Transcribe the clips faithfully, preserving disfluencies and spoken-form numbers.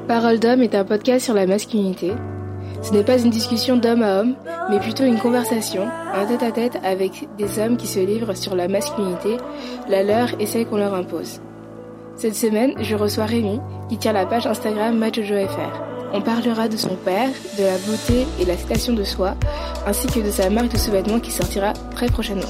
Parole d'homme est un podcast sur la masculinité. Ce n'est pas une discussion d'homme à homme, mais plutôt une conversation, un tête-à-tête avec des hommes qui se livrent sur la masculinité, la leur et celle qu'on leur impose. Cette semaine, je reçois Rémi, qui tient la page Instagram MachojoFR. On parlera de son père, de la beauté et la citation de soi, ainsi que de sa marque de sous-vêtements qui sortira très prochainement.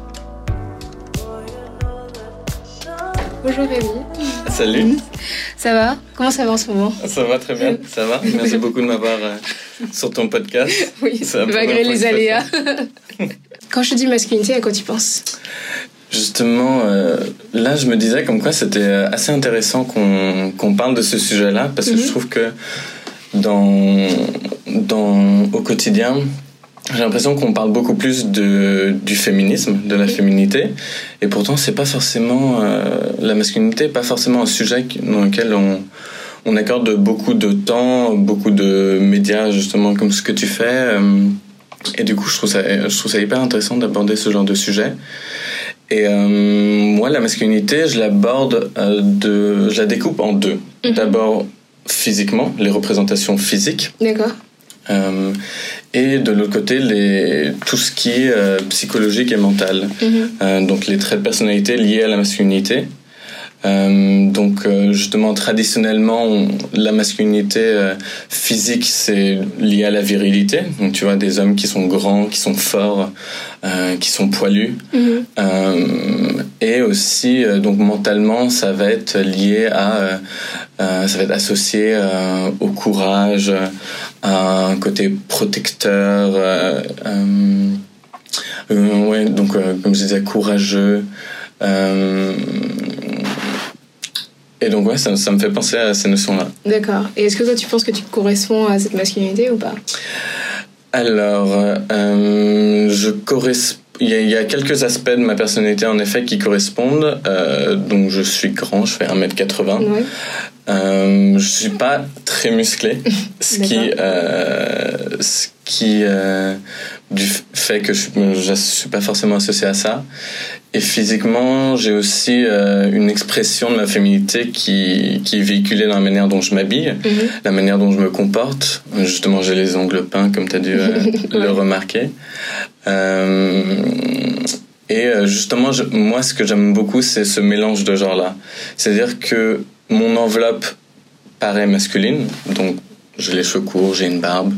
Bonjour Rémi. Salut. Ça va ? Comment ça va en ce moment ? Ça va très bien, ça va. Merci beaucoup de m'avoir euh, sur ton podcast. Oui, malgré les aléas. Quand je te dis masculinité, à quoi tu penses ? Justement, euh, là je me disais comme quoi c'était assez intéressant qu'on, qu'on parle de ce sujet-là, parce que mm-hmm. je trouve que dans, dans, au quotidien, j'ai l'impression qu'on parle beaucoup plus de, du féminisme, de la féminité, et pourtant c'est pas forcément euh, la masculinité, pas forcément un sujet dans lequel on, on accorde beaucoup de temps, beaucoup de médias justement comme ce que tu fais, euh, et du coup je trouve ça, je trouve ça hyper intéressant d'aborder ce genre de sujet. Et euh, moi la masculinité, je l'aborde euh, de, je la découpe en deux. Mm-hmm. D'abord physiquement, les représentations physiques. D'accord. Euh, et de l'autre côté les, tout ce qui est euh, psychologique et mental, mm-hmm. euh, donc les traits de personnalité liés à la masculinité. Euh, donc euh, justement traditionnellement on, la masculinité euh, physique c'est lié à la virilité, donc tu vois des hommes qui sont grands, qui sont forts, euh, qui sont poilus, mm-hmm. euh, et aussi euh, donc mentalement ça va être lié à euh, euh, ça va être associé euh, au courage, à un côté protecteur, euh, euh, euh, ouais donc euh, comme je disais courageux. Euh, Et donc ouais, ça, ça me fait penser à ces notions-là. D'accord. Et est-ce que toi tu penses que tu corresponds à cette masculinité ou pas ? Alors, euh, je correspond. Il y, a, il y a quelques aspects de ma personnalité en effet qui correspondent. Euh, donc je suis grand, je fais un mètre quatre-vingts. Ouais. Euh, je suis pas très musclé, ce qui, euh, ce qui euh, du fait que je, je suis pas forcément associé à ça. Et physiquement, j'ai aussi euh, une expression de ma féminité qui, qui est véhiculée dans la manière dont je m'habille, mm-hmm. la manière dont je me comporte. Justement, j'ai les ongles peints, comme tu as dû euh, ouais. le remarquer. Euh, et justement, je, moi, ce que j'aime beaucoup, c'est ce mélange de genres-là. C'est-à-dire que mon enveloppe paraît masculine, donc j'ai les cheveux courts, j'ai une barbe,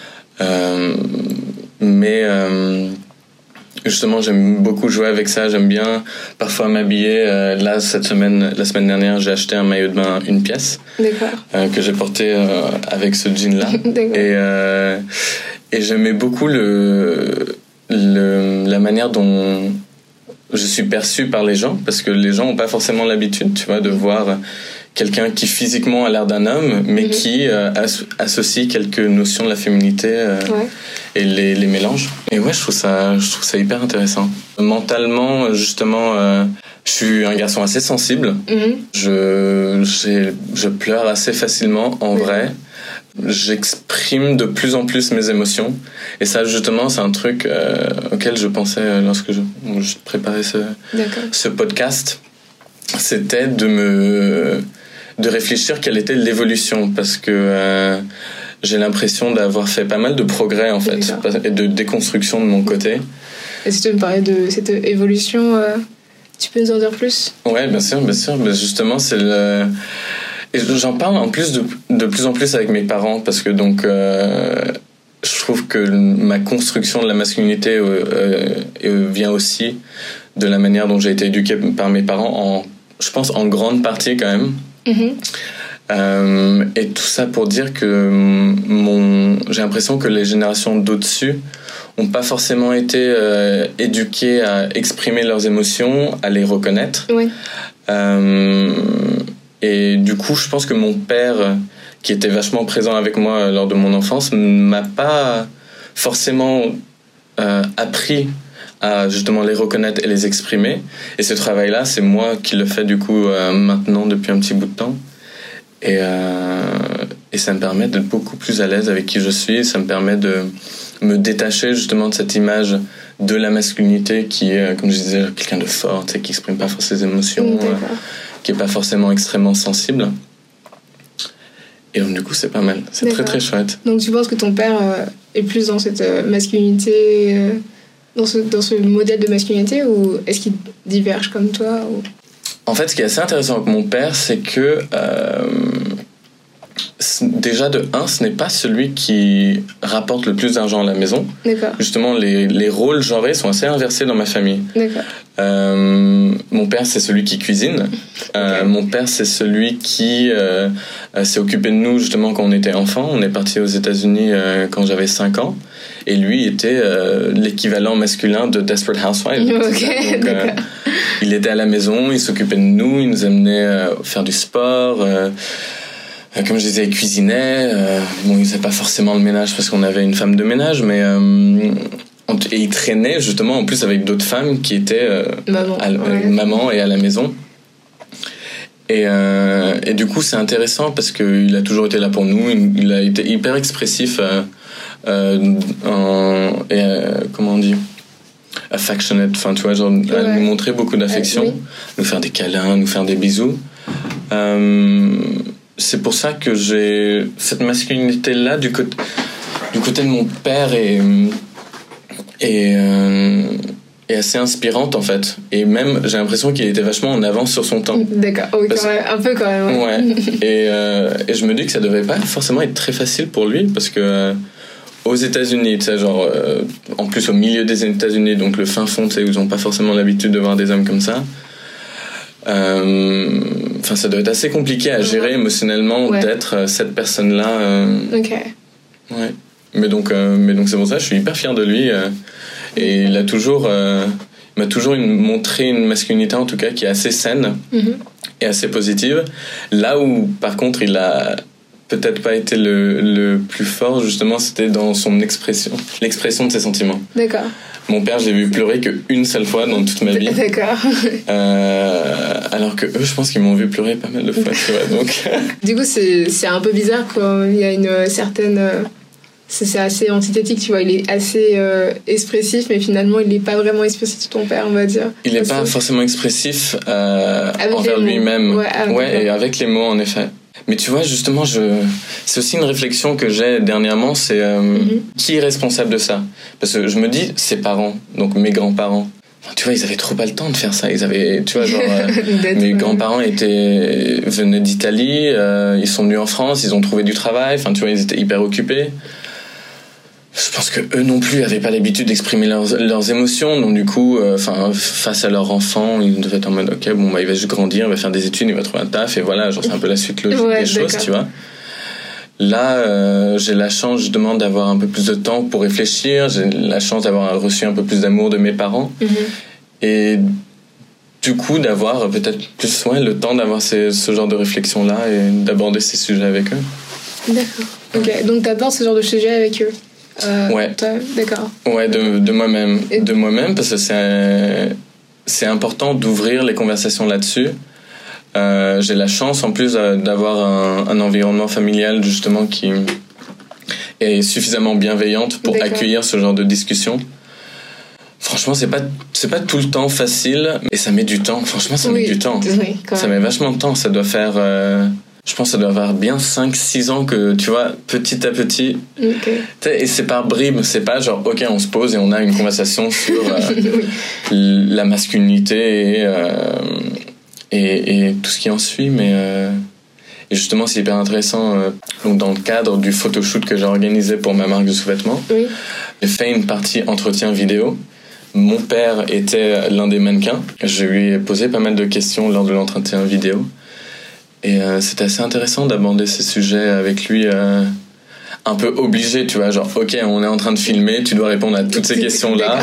euh, mais... Euh, Justement, j'aime beaucoup jouer avec ça. J'aime bien parfois m'habiller. Euh, là, cette semaine, la semaine dernière, j'ai acheté un maillot de bain une pièce. D'accord. Euh, que j'ai porté euh, avec ce jean-là. D'accord. Et euh, et j'aimais beaucoup le, le la manière dont je suis perçu par les gens, parce que les gens ont pas forcément l'habitude, tu vois, de voir quelqu'un qui physiquement a l'air d'un homme, mais mm-hmm. qui euh, as- associe quelques notions de la féminité euh, ouais. et les, les mélange. Et ouais, je trouve ça, je trouve ça hyper intéressant. Mentalement, justement, euh, je suis un garçon assez sensible. Mm-hmm. Je, j'ai, je pleure assez facilement, en mm-hmm. vrai. J'exprime de plus en plus mes émotions. Et ça, justement, c'est un truc euh, auquel je pensais lorsque je, je préparais ce, ce podcast. C'était de me... de réfléchir quelle était l'évolution, parce que euh, j'ai l'impression d'avoir fait pas mal de progrès en fait. D'accord. Et de déconstruction de mon côté. Est-ce que tu peux me parler de cette évolution euh, tu peux nous en dire plus ? Ouais, bien sûr, bien sûr. Mais justement, c'est le... Et j'en parle en plus de, de plus en plus avec mes parents, parce que donc euh, je trouve que ma construction de la masculinité euh, euh, vient aussi de la manière dont j'ai été éduqué par mes parents, en, je pense en grande partie quand même. Mm-hmm. Euh, et tout ça pour dire que mon, j'ai l'impression que les générations d'au-dessus n'ont pas forcément été euh, éduquées à exprimer leurs émotions, à les reconnaître. Oui. Euh, et du coup, je pense que mon père, qui était vachement présent avec moi lors de mon enfance, m'a pas forcément euh, appris à justement les reconnaître et les exprimer. Et ce travail-là, c'est moi qui le fais du coup euh, maintenant depuis un petit bout de temps. Et, euh, et ça me permet d'être beaucoup plus à l'aise avec qui je suis. Ça me permet de me détacher justement de cette image de la masculinité qui est, comme je disais, quelqu'un de fort, qui n'exprime pas forcément ses émotions, euh, qui n'est pas forcément extrêmement sensible. Et donc, du coup, c'est pas mal. C'est D'accord. très, très chouette. Donc, tu penses que ton père euh, est plus dans cette euh, masculinité, euh, dans, ce, dans ce modèle de masculinité, ou est-ce qu'il diverge comme toi ou... En fait, ce qui est assez intéressant avec mon père, c'est que... Euh, déjà, de un, ce n'est pas celui qui rapporte le plus d'argent à la maison. D'accord. Justement, les, les rôles genrés sont assez inversés dans ma famille. D'accord. Euh, mon père, c'est celui qui cuisine. Euh, okay. Mon père, c'est celui qui euh, s'est occupé de nous justement quand on était enfant. On est parti aux États-Unis euh, quand j'avais cinq ans. Et lui était euh, l'équivalent masculin de Desperate Housewives. Okay, Donc, euh, il était à la maison, il s'occupait de nous, il nous amenait euh, faire du sport. Euh, Comme je disais, il cuisinait. Euh, bon, il faisait pas forcément le ménage parce qu'on avait une femme de ménage, mais euh, et il traînait justement en plus avec d'autres femmes qui étaient euh, maman, à, ouais. euh, maman et à la maison. Et, euh, et du coup, c'est intéressant parce qu'il a toujours été là pour nous. Il, il a été hyper expressif. Euh, euh, en, et, euh, comment on dit? Affectionate, enfin tu vois, genre ouais. à nous montrer beaucoup d'affection, euh, oui. nous faire des câlins, nous faire des bisous. Euh, c'est pour ça que j'ai cette masculinité-là du côté, du côté de mon père et, et, euh, est assez inspirante en fait. Et même, j'ai l'impression qu'il était vachement en avance sur son temps. D'accord, oui, quand même, un peu quand même. Ouais. ouais. et, euh, et je me dis que ça devait pas forcément être très facile pour lui parce que euh, aux États-Unis, tu sais, genre, euh, en plus au milieu des États-Unis, donc le fin fond, tu sais, où ils n'ont pas forcément l'habitude de voir des hommes comme ça. Euh, Enfin, ça doit être assez compliqué à gérer mmh. émotionnellement ouais. d'être euh, cette personne-là. Euh, ok. Ouais. Mais donc, euh, mais donc c'est pour ça, je suis hyper fier de lui. Euh, et il a toujours, euh, il m'a toujours une, montré une masculinité en tout cas qui est assez saine mmh. et assez positive. Là où, par contre, il a peut-être pas été le, le plus fort, justement, c'était dans son expression, l'expression de ses sentiments. D'accord. Mon père, je l'ai vu pleurer qu'une seule fois dans toute ma vie. D'accord. Euh, alors que eux, je pense qu'ils m'ont vu pleurer pas mal de fois, tu vois. Donc. Du coup, c'est, c'est un peu bizarre quand il y a une certaine... C'est, c'est assez antithétique, tu vois. Il est assez euh, expressif, mais finalement, il n'est pas vraiment expressif, ton père, on va dire. Il n'est pas forcément expressif euh, envers lui-même. Ouais, ouais et avec les mots, en effet. Mais tu vois, justement, je... c'est aussi une réflexion que j'ai dernièrement, c'est euh, mm-hmm. qui est responsable de ça? Parce que je me dis, ses parents, donc mes grands-parents, enfin, tu vois, ils avaient trop pas le temps de faire ça. Ils avaient, tu vois, genre, euh, mes grands-parents étaient, venaient d'Italie, euh, ils sont venus en France, ils ont trouvé du travail, enfin, tu vois, ils étaient hyper occupés. Je pense que eux non plus avaient pas l'habitude d'exprimer leurs, leurs émotions, donc du coup, enfin, euh, face à leur enfant, ils devaient être en mode, ok, bon, bah, il va juste grandir, il va faire des études, il va trouver un taf, et voilà, genre c'est un peu la suite logique ouais, des choses, d'accord. tu vois. Là, euh, j'ai la chance justement d'avoir un peu plus de temps pour réfléchir, j'ai la chance d'avoir reçu un peu plus d'amour de mes parents, mm-hmm. et du coup d'avoir peut-être plus ouais, le temps d'avoir ces, ce genre de réflexion-là et d'aborder ces sujets avec eux. D'accord. Ok, ouais. Donc t'abordes ce genre de sujet avec eux. Euh, ouais. Toi, d'accord. Ouais, de, de moi-même. Et... De moi-même, parce que c'est, c'est important d'ouvrir les conversations là-dessus. Euh, j'ai la chance, en plus, d'avoir un, un environnement familial, justement, qui est suffisamment bienveillante pour d'accord. accueillir ce genre de discussion. Franchement, c'est pas, c'est pas tout le temps facile, mais ça met du temps. Franchement, ça oui. met du temps. Oui, quand ça même. met vachement de temps. Ça doit faire... Euh, je pense que ça doit avoir bien cinq six ans que, tu vois, petit à petit... Okay. Et c'est par bribes, c'est pas genre, ok, on se pose et on a une conversation sur euh, oui. la masculinité et, euh, et, et tout ce qui en suit, mais... Euh, et justement, c'est hyper intéressant. Euh, donc, dans le cadre du photoshoot que j'ai organisé pour ma marque de sous-vêtements, oui. j'ai fait une partie entretien vidéo. Mon père était l'un des mannequins. Je lui ai posé pas mal de questions lors de l'entretien vidéo. Et euh, c'était assez intéressant d'aborder ces sujets avec lui, euh, un peu obligé, tu vois, genre, ok, on est en train de filmer, tu dois répondre à toutes ces questions-là.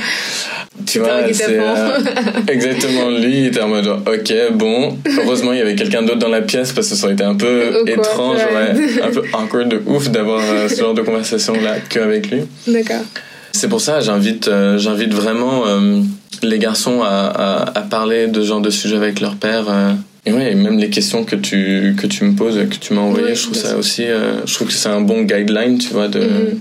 Tu vois, c'est euh, exactement lui, il était en mode, genre, ok, bon, heureusement il y avait quelqu'un d'autre dans la pièce parce que ça aurait été un peu Au étrange, quoi, ouais. ouais, un peu awkward de ouf d'avoir euh, ce genre de conversation-là qu'avec lui. D'accord. C'est pour ça, j'invite, euh, j'invite vraiment euh, les garçons à, à, à parler de ce genre de sujets avec leur père. Euh, Et ouais, et même les questions que tu, que tu me poses, que tu m'as envoyées, oui, je trouve ça aussi, euh, je trouve que c'est un bon guideline, tu vois, de, mm-hmm.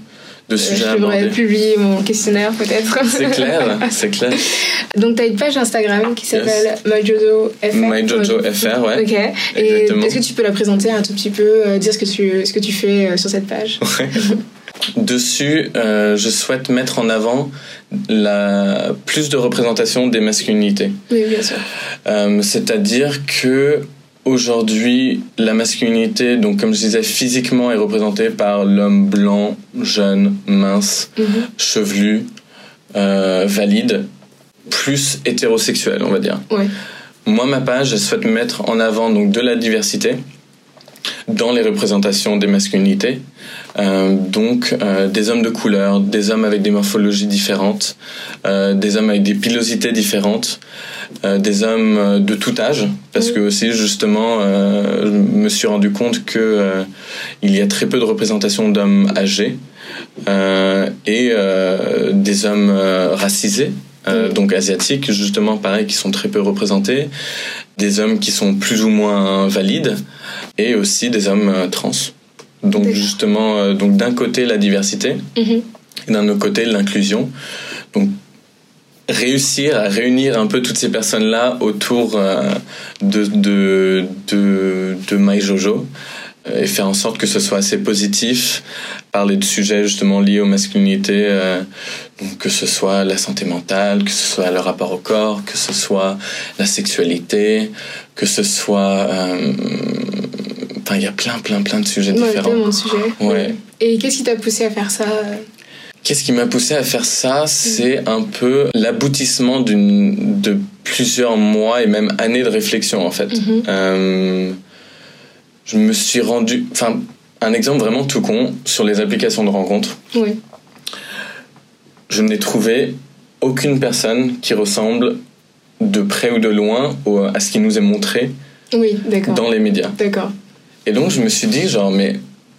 de sujets je abordés. Je devrais publier mon questionnaire peut-être. C'est clair, c'est clair. Donc tu as une page Instagram qui s'appelle yes. MyJojoFR. MyJojoFR, ouais. Ok. Et exactement. Est-ce que tu peux la présenter un tout petit peu, euh, dire ce que tu, ce que tu fais euh, sur cette page? Ouais. Dessus, euh, je souhaite mettre en avant la plus de représentation des masculinités. Oui, bien sûr. Euh, c'est-à-dire que aujourd'hui, la masculinité, donc comme je disais, physiquement est représentée par l'homme blanc, jeune, mince, mm-hmm. chevelu, euh, valide, plus hétérosexuel, on va dire. Ouais. Moi, ma page, je souhaite mettre en avant donc de la diversité dans les représentations des masculinités. Euh, donc euh, des hommes de couleur, des hommes avec des morphologies différentes, euh, des hommes avec des pilosités différentes, euh, des hommes euh, de tout âge, parce que aussi justement euh, je me suis rendu compte que euh, il y a très peu de représentation d'hommes âgés euh, et euh, des hommes euh, racisés. Euh, donc asiatiques, justement, pareil, qui sont très peu représentés, des hommes qui sont plus ou moins valides, et aussi des hommes euh, trans. Donc D'accord. justement, euh, donc d'un côté la diversité, mm-hmm. et d'un autre côté l'inclusion. Donc réussir à réunir un peu toutes ces personnes-là autour euh, de de de, de MyJojo, et faire en sorte que ce soit assez positif, parler de sujets justement liés aux masculinités, euh, donc que ce soit la santé mentale, que ce soit le rapport au corps, que ce soit la sexualité, que ce soit... Euh, enfin, il y a plein, plein, plein de sujets ouais, différents. Tellement de sujets. Ouais. Et qu'est-ce qui t'a poussé à faire ça ? Qu'est-ce qui m'a poussé à faire ça ? C'est mmh. un peu l'aboutissement d'une, de plusieurs mois et même années de réflexion, en fait. Mmh. Euh, je me suis rendu... Enfin, un exemple vraiment tout con, sur les applications de rencontres. Oui. Je n'ai trouvé aucune personne qui ressemble de près ou de loin à ce qui nous est montré oui, d'accord. dans les médias. D'accord. Et donc, je me suis dit, genre, mais...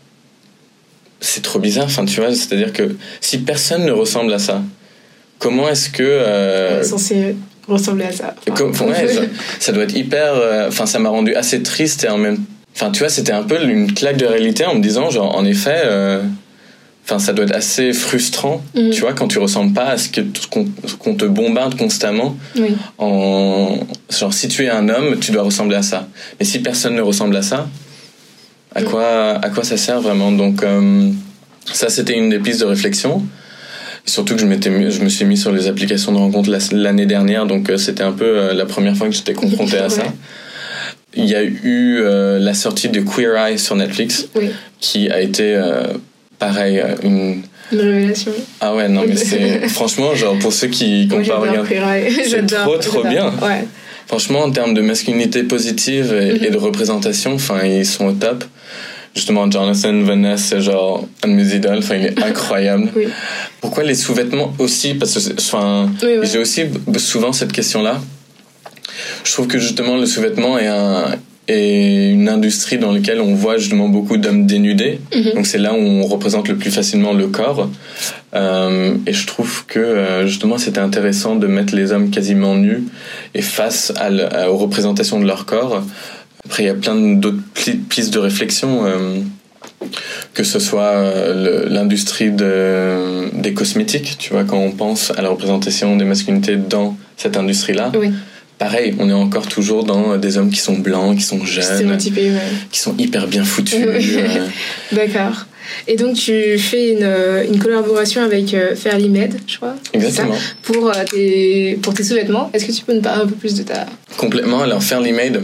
c'est trop bizarre, enfin, tu vois, c'est-à-dire que si personne ne ressemble à ça, comment est-ce que... Euh, on est censé ressembler à ça. Enfin, comme, ouais, ça, ça doit être hyper... Enfin, euh, ça m'a rendu assez triste et en même... Enfin, tu vois, c'était un peu une claque de réalité en me disant, genre, en effet... Euh, Enfin, ça doit être assez frustrant, mmh. tu vois, quand tu ressembles pas à ce que, qu'on, qu'on te bombarde constamment. Oui. En, genre, si tu es un homme, tu dois ressembler à ça. Mais si personne ne ressemble à ça, à mmh. quoi, à quoi ça sert vraiment ? Donc, euh, ça, c'était une des pistes de réflexion. Et surtout que je, m'étais mis, je me suis mis sur les applications de rencontres la, l'année dernière, donc euh, c'était un peu euh, la première fois que j'étais confronté à ouais. ça. Il y a eu euh, la sortie de Queer Eye sur Netflix, oui. qui a été... Euh, pareil, une... une révélation. Ah ouais, non, mais c'est... Franchement, genre, pour ceux qui n'ont pas regardé... C'est j'adore, trop, trop j'adore. bien. Ouais. Franchement, en termes de masculinité positive et, mm-hmm. et de représentation, enfin, ils sont au top. Justement, Jonathan Van Ness, c'est genre un de mes idoles. Enfin, il est incroyable. Oui. Pourquoi les sous-vêtements aussi ? Parce que, enfin, oui, ouais. j'ai aussi souvent cette question-là. Je trouve que, justement, le sous-vêtement est un... et une industrie dans laquelle on voit justement beaucoup d'hommes dénudés. Mm-hmm. Donc c'est là où on représente le plus facilement le corps. Euh, et je trouve que euh, justement c'était intéressant de mettre les hommes quasiment nus et face à l- à, aux représentations de leur corps. Après il y a plein d'autres pli- pistes de réflexion, euh, que ce soit euh, le, l'industrie de, des cosmétiques, tu vois, quand on pense à la représentation des masculinités dans cette industrie-là. Oui. Pareil, on est encore toujours dans des hommes qui sont blancs, qui sont jeunes, ouais. qui sont hyper bien foutus. euh... D'accord. Et donc tu fais une, une collaboration avec euh, Fairly Made, je crois. Exactement. Ça, pour, euh, tes, pour tes sous-vêtements. Est-ce que tu peux nous parler un peu plus de ta... Complètement. Alors Fairly Made,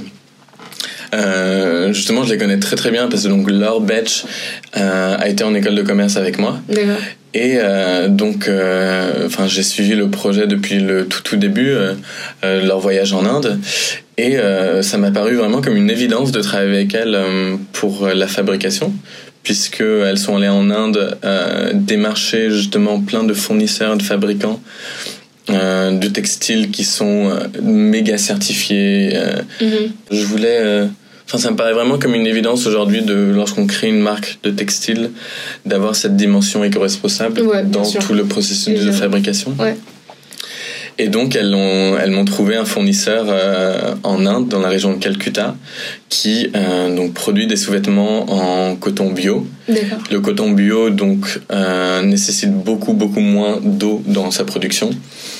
euh, justement, je les connais très très bien parce que donc Laure Betch euh, a été en école de commerce avec moi. D'accord. Et euh, donc, euh, enfin, j'ai suivi le projet depuis le tout tout début, euh, euh, leur voyage en Inde, et euh, ça m'a paru vraiment comme une évidence de travailler avec elles euh, pour la fabrication, puisque elles sont allées en Inde euh, démarcher justement plein de fournisseurs, de fabricants euh, de textiles qui sont euh, méga certifiés. Euh, mm-hmm. Je voulais euh, Enfin, ça me paraît vraiment comme une évidence aujourd'hui, de, lorsqu'on crée une marque de textile, d'avoir cette dimension éco-responsable ouais, dans sûr. Tout le processus bien de fabrication. Ouais. Et donc elles, ont, elles m'ont trouvé un fournisseur euh, en Inde, dans la région de Calcutta, qui euh, donc produit des sous-vêtements en coton bio. D'accord. Le coton bio donc euh, nécessite beaucoup beaucoup moins d'eau dans sa production.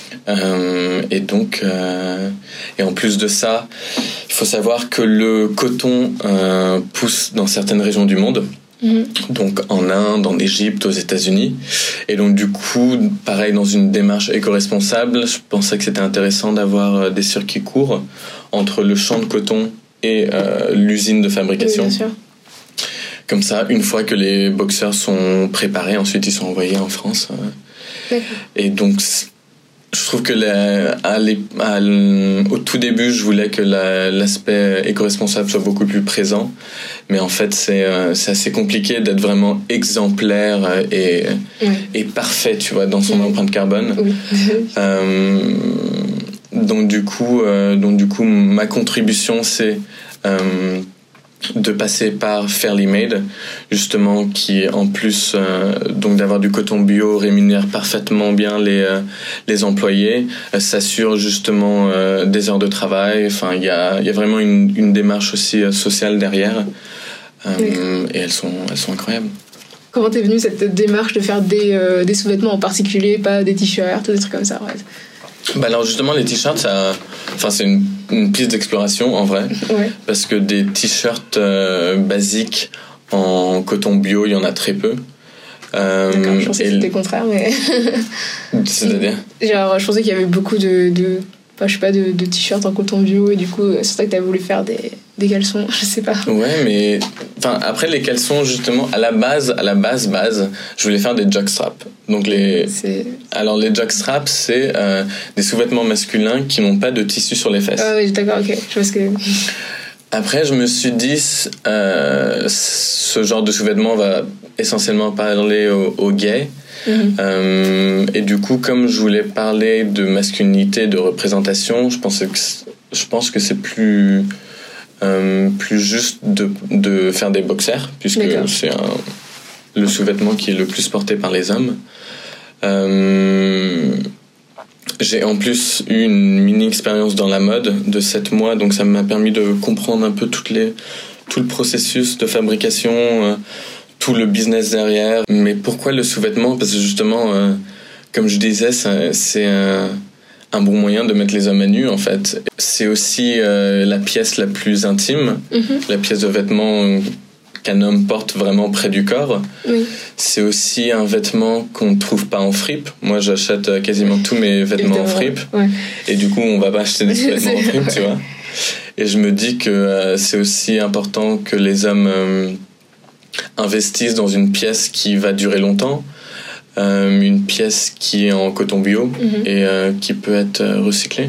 Euh, et donc euh, et en plus de ça, il faut savoir que le coton euh, pousse dans certaines régions du monde. Mmh. Donc en Inde, en Égypte, aux États-Unis. Et donc du coup, pareil, dans une démarche éco-responsable, je pensais que c'était intéressant d'avoir des circuits courts entre le champ de coton et euh, l'usine de fabrication. Oui, bien sûr. Comme ça, une fois que les boxeurs sont préparés, ensuite ils sont envoyés en France. D'accord. Et donc je trouve que la, à à au tout début, je voulais que la, l'aspect éco-responsable soit beaucoup plus présent, mais en fait, c'est, euh, c'est assez compliqué d'être vraiment exemplaire et, oui. et parfait, tu vois, dans son oui. empreinte carbone. Oui. euh, donc du coup, euh, donc du coup, ma contribution, c'est euh, de passer par Fairly Made, justement, qui en plus euh, donc d'avoir du coton bio rémunère parfaitement bien les euh, les employés, euh, s'assure justement euh, des heures de travail. Enfin, il y a il y a vraiment une une démarche aussi euh, sociale derrière, euh, et elles sont elles sont incroyables. Comment t'es venue cette démarche de faire des euh, des sous-vêtements en particulier, pas des t-shirts ou des trucs comme ça, ouais. Bah alors justement les t-shirts ça, enfin c'est une, une piste d'exploration en vrai, ouais. parce que des t-shirts euh, basiques en coton bio il y en a très peu. Euh, D'accord, je pensais que c'était le contraire, mais c'est-à-dire genre je pensais qu'il y avait beaucoup de, de enfin, je sais pas de, de t-shirts en coton bio et du coup c'est ça que t'as voulu faire des des caleçons, je sais pas. Ouais, mais enfin après les caleçons justement à la base à la base base je voulais faire des jockstraps. Donc les c'est... alors les jockstraps c'est euh, des sous-vêtements masculins qui n'ont pas de tissu sur les fesses. Ah oui, d'accord, ok, je vois ce que. Après je me suis dit euh, ce genre de sous-vêtements va essentiellement parler aux, aux gays. Mm-hmm. Euh, et du coup comme je voulais parler de masculinité, de représentation, je pensais que je pense que c'est plus Euh, plus juste de, de faire des boxers, puisque D'accord. c'est un, le sous-vêtement qui est le plus porté par les hommes. Euh, j'ai en plus eu une mini-expérience dans la mode de sept mois, donc ça m'a permis de comprendre un peu toutes les, tout le processus de fabrication, euh, tout le business derrière. Mais pourquoi le sous-vêtement ? Parce que justement, euh, comme je disais, ça, c'est un... un bon moyen de mettre les hommes à nu en fait. C'est aussi euh, la pièce la plus intime, mm-hmm. la pièce de vêtement qu'un homme porte vraiment près du corps. Oui. C'est aussi un vêtement qu'on ne trouve pas en fripe. Moi j'achète quasiment tous mes vêtements en fripe, ouais. et du coup on va pas acheter des vêtements en fripe, tu vois. Et je me dis que euh, c'est aussi important que les hommes euh, investissent dans une pièce qui va durer longtemps. Euh, une pièce qui est en coton bio mm-hmm. et euh, qui peut être recyclée.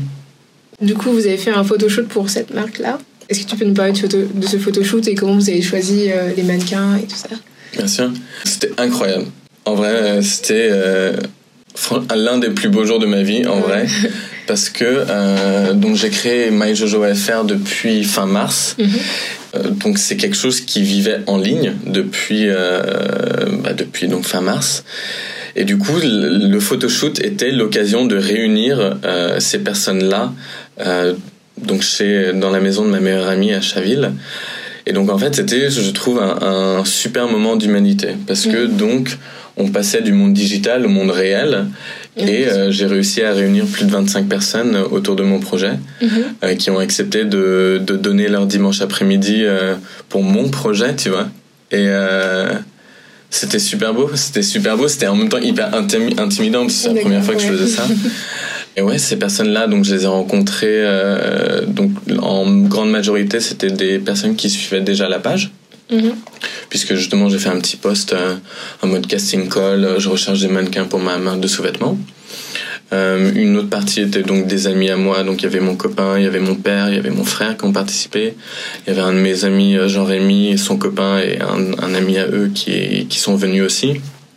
Du coup, vous avez fait un photoshoot pour cette marque-là. Est-ce que tu peux nous parler de, photo, de ce photoshoot et comment vous avez choisi euh, les mannequins et tout ça ? Bien sûr. C'était incroyable. En vrai, c'était euh, l'un des plus beaux jours de ma vie, en ouais. vrai. Parce que euh, donc j'ai créé MyJojo F R depuis fin mars. Mm-hmm. Euh, donc c'est quelque chose qui vivait en ligne depuis, euh, bah, depuis donc fin mars. Et du coup, le, le photoshoot était l'occasion de réunir euh, ces personnes-là euh, donc chez, dans la maison de ma meilleure amie à Chaville. Et donc en fait, c'était, je trouve, un, un super moment d'humanité. Parce que mmh. donc, on passait du monde digital au monde réel. Mmh. Et euh, j'ai réussi à réunir plus de vingt-cinq personnes autour de mon projet, mmh. euh, qui ont accepté de, de donner leur dimanche après-midi euh, pour mon projet, tu vois. Et euh, c'était super beau, c'était super beau, c'était en même temps hyper intimi- intimidant, parce que c'est la D'accord, première fois que ouais. je faisais ça. Et ouais, ces personnes-là, donc je les ai rencontrées, euh, donc en grande majorité, c'était des personnes qui suivaient déjà la page. Mmh. Puisque justement j'ai fait un petit post euh, en mode casting call, euh, je recherche des mannequins pour ma marque de sous-vêtements. Euh, une autre partie était donc des amis à moi, donc il y avait mon copain, il y avait mon père, il y avait mon frère qui ont participé, il y avait un de mes amis, Jean-Rémy, son copain et un, un ami à eux qui, qui sont venus aussi.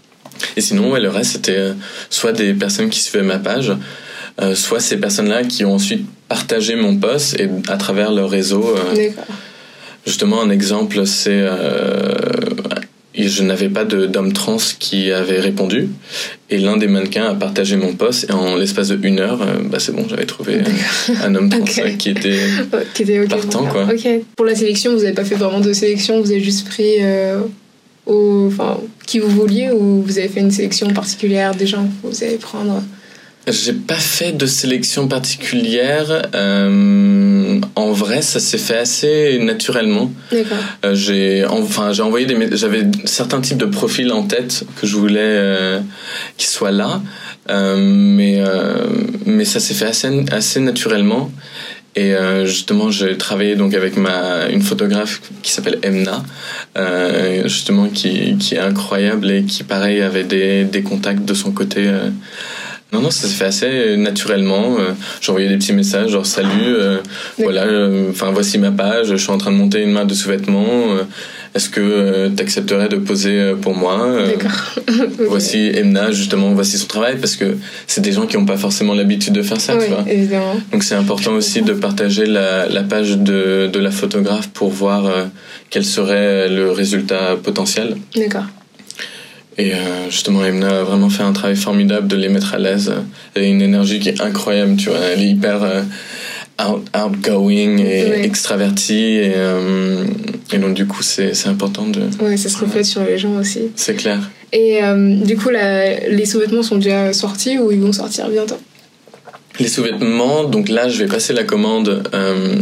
Et sinon ouais, le reste c'était soit des personnes qui suivaient ma page, euh, soit ces personnes-là qui ont ensuite partagé mon post et à travers leur réseau. Euh, D'accord. Justement, un exemple, c'est euh, et je n'avais pas de, d'homme trans qui avait répondu. Et l'un des mannequins a partagé mon post et en l'espace de une heure, euh, bah c'est bon, j'avais trouvé un, un homme trans okay. qui était, qui était okay partant. Quoi. Okay. Pour la sélection, vous n'avez pas fait vraiment de sélection, vous avez juste pris euh, au, enfin, qui vous vouliez ou vous avez fait une sélection particulière des gens que vous allez prendre? J'ai pas fait de sélection particulière. Euh, en vrai, ça s'est fait assez naturellement. D'accord. Euh, j'ai, enfin, j'ai envoyé des, j'avais certains types de profils en tête que je voulais euh, qu'ils soient là, euh, mais euh, mais ça s'est fait assez assez naturellement. Et euh, justement, j'ai travaillé donc avec ma une photographe qui s'appelle Emna, euh, justement qui qui est incroyable et qui pareil avait des des contacts de son côté. Euh, Non, non, ça s'est fait assez naturellement. Euh, j'envoyais des petits messages, genre salut, euh, voilà, enfin euh, voici ma page, je suis en train de monter une marque de sous-vêtements. Euh, est-ce que euh, tu accepterais de poser pour moi euh, D'accord. Voici Emna, justement, voici son travail, parce que c'est des gens qui n'ont pas forcément l'habitude de faire ça, oui, tu vois. Évidemment. Donc c'est important aussi de partager la, la page de, de la photographe pour voir euh, quel serait le résultat potentiel. D'accord. Et euh, justement, Emna a vraiment fait un travail formidable de les mettre à l'aise. Elle a une énergie qui est incroyable, tu vois. Elle est hyper euh, out, outgoing et oui. extravertie. Et, euh, et donc, du coup, c'est, c'est important de... Oui, ça se reflète ouais. sur les gens aussi. C'est clair. Et euh, du coup, la, les sous-vêtements sont déjà sortis ou ils vont sortir bientôt? Les sous-vêtements, donc là, je vais passer la commande... Euh,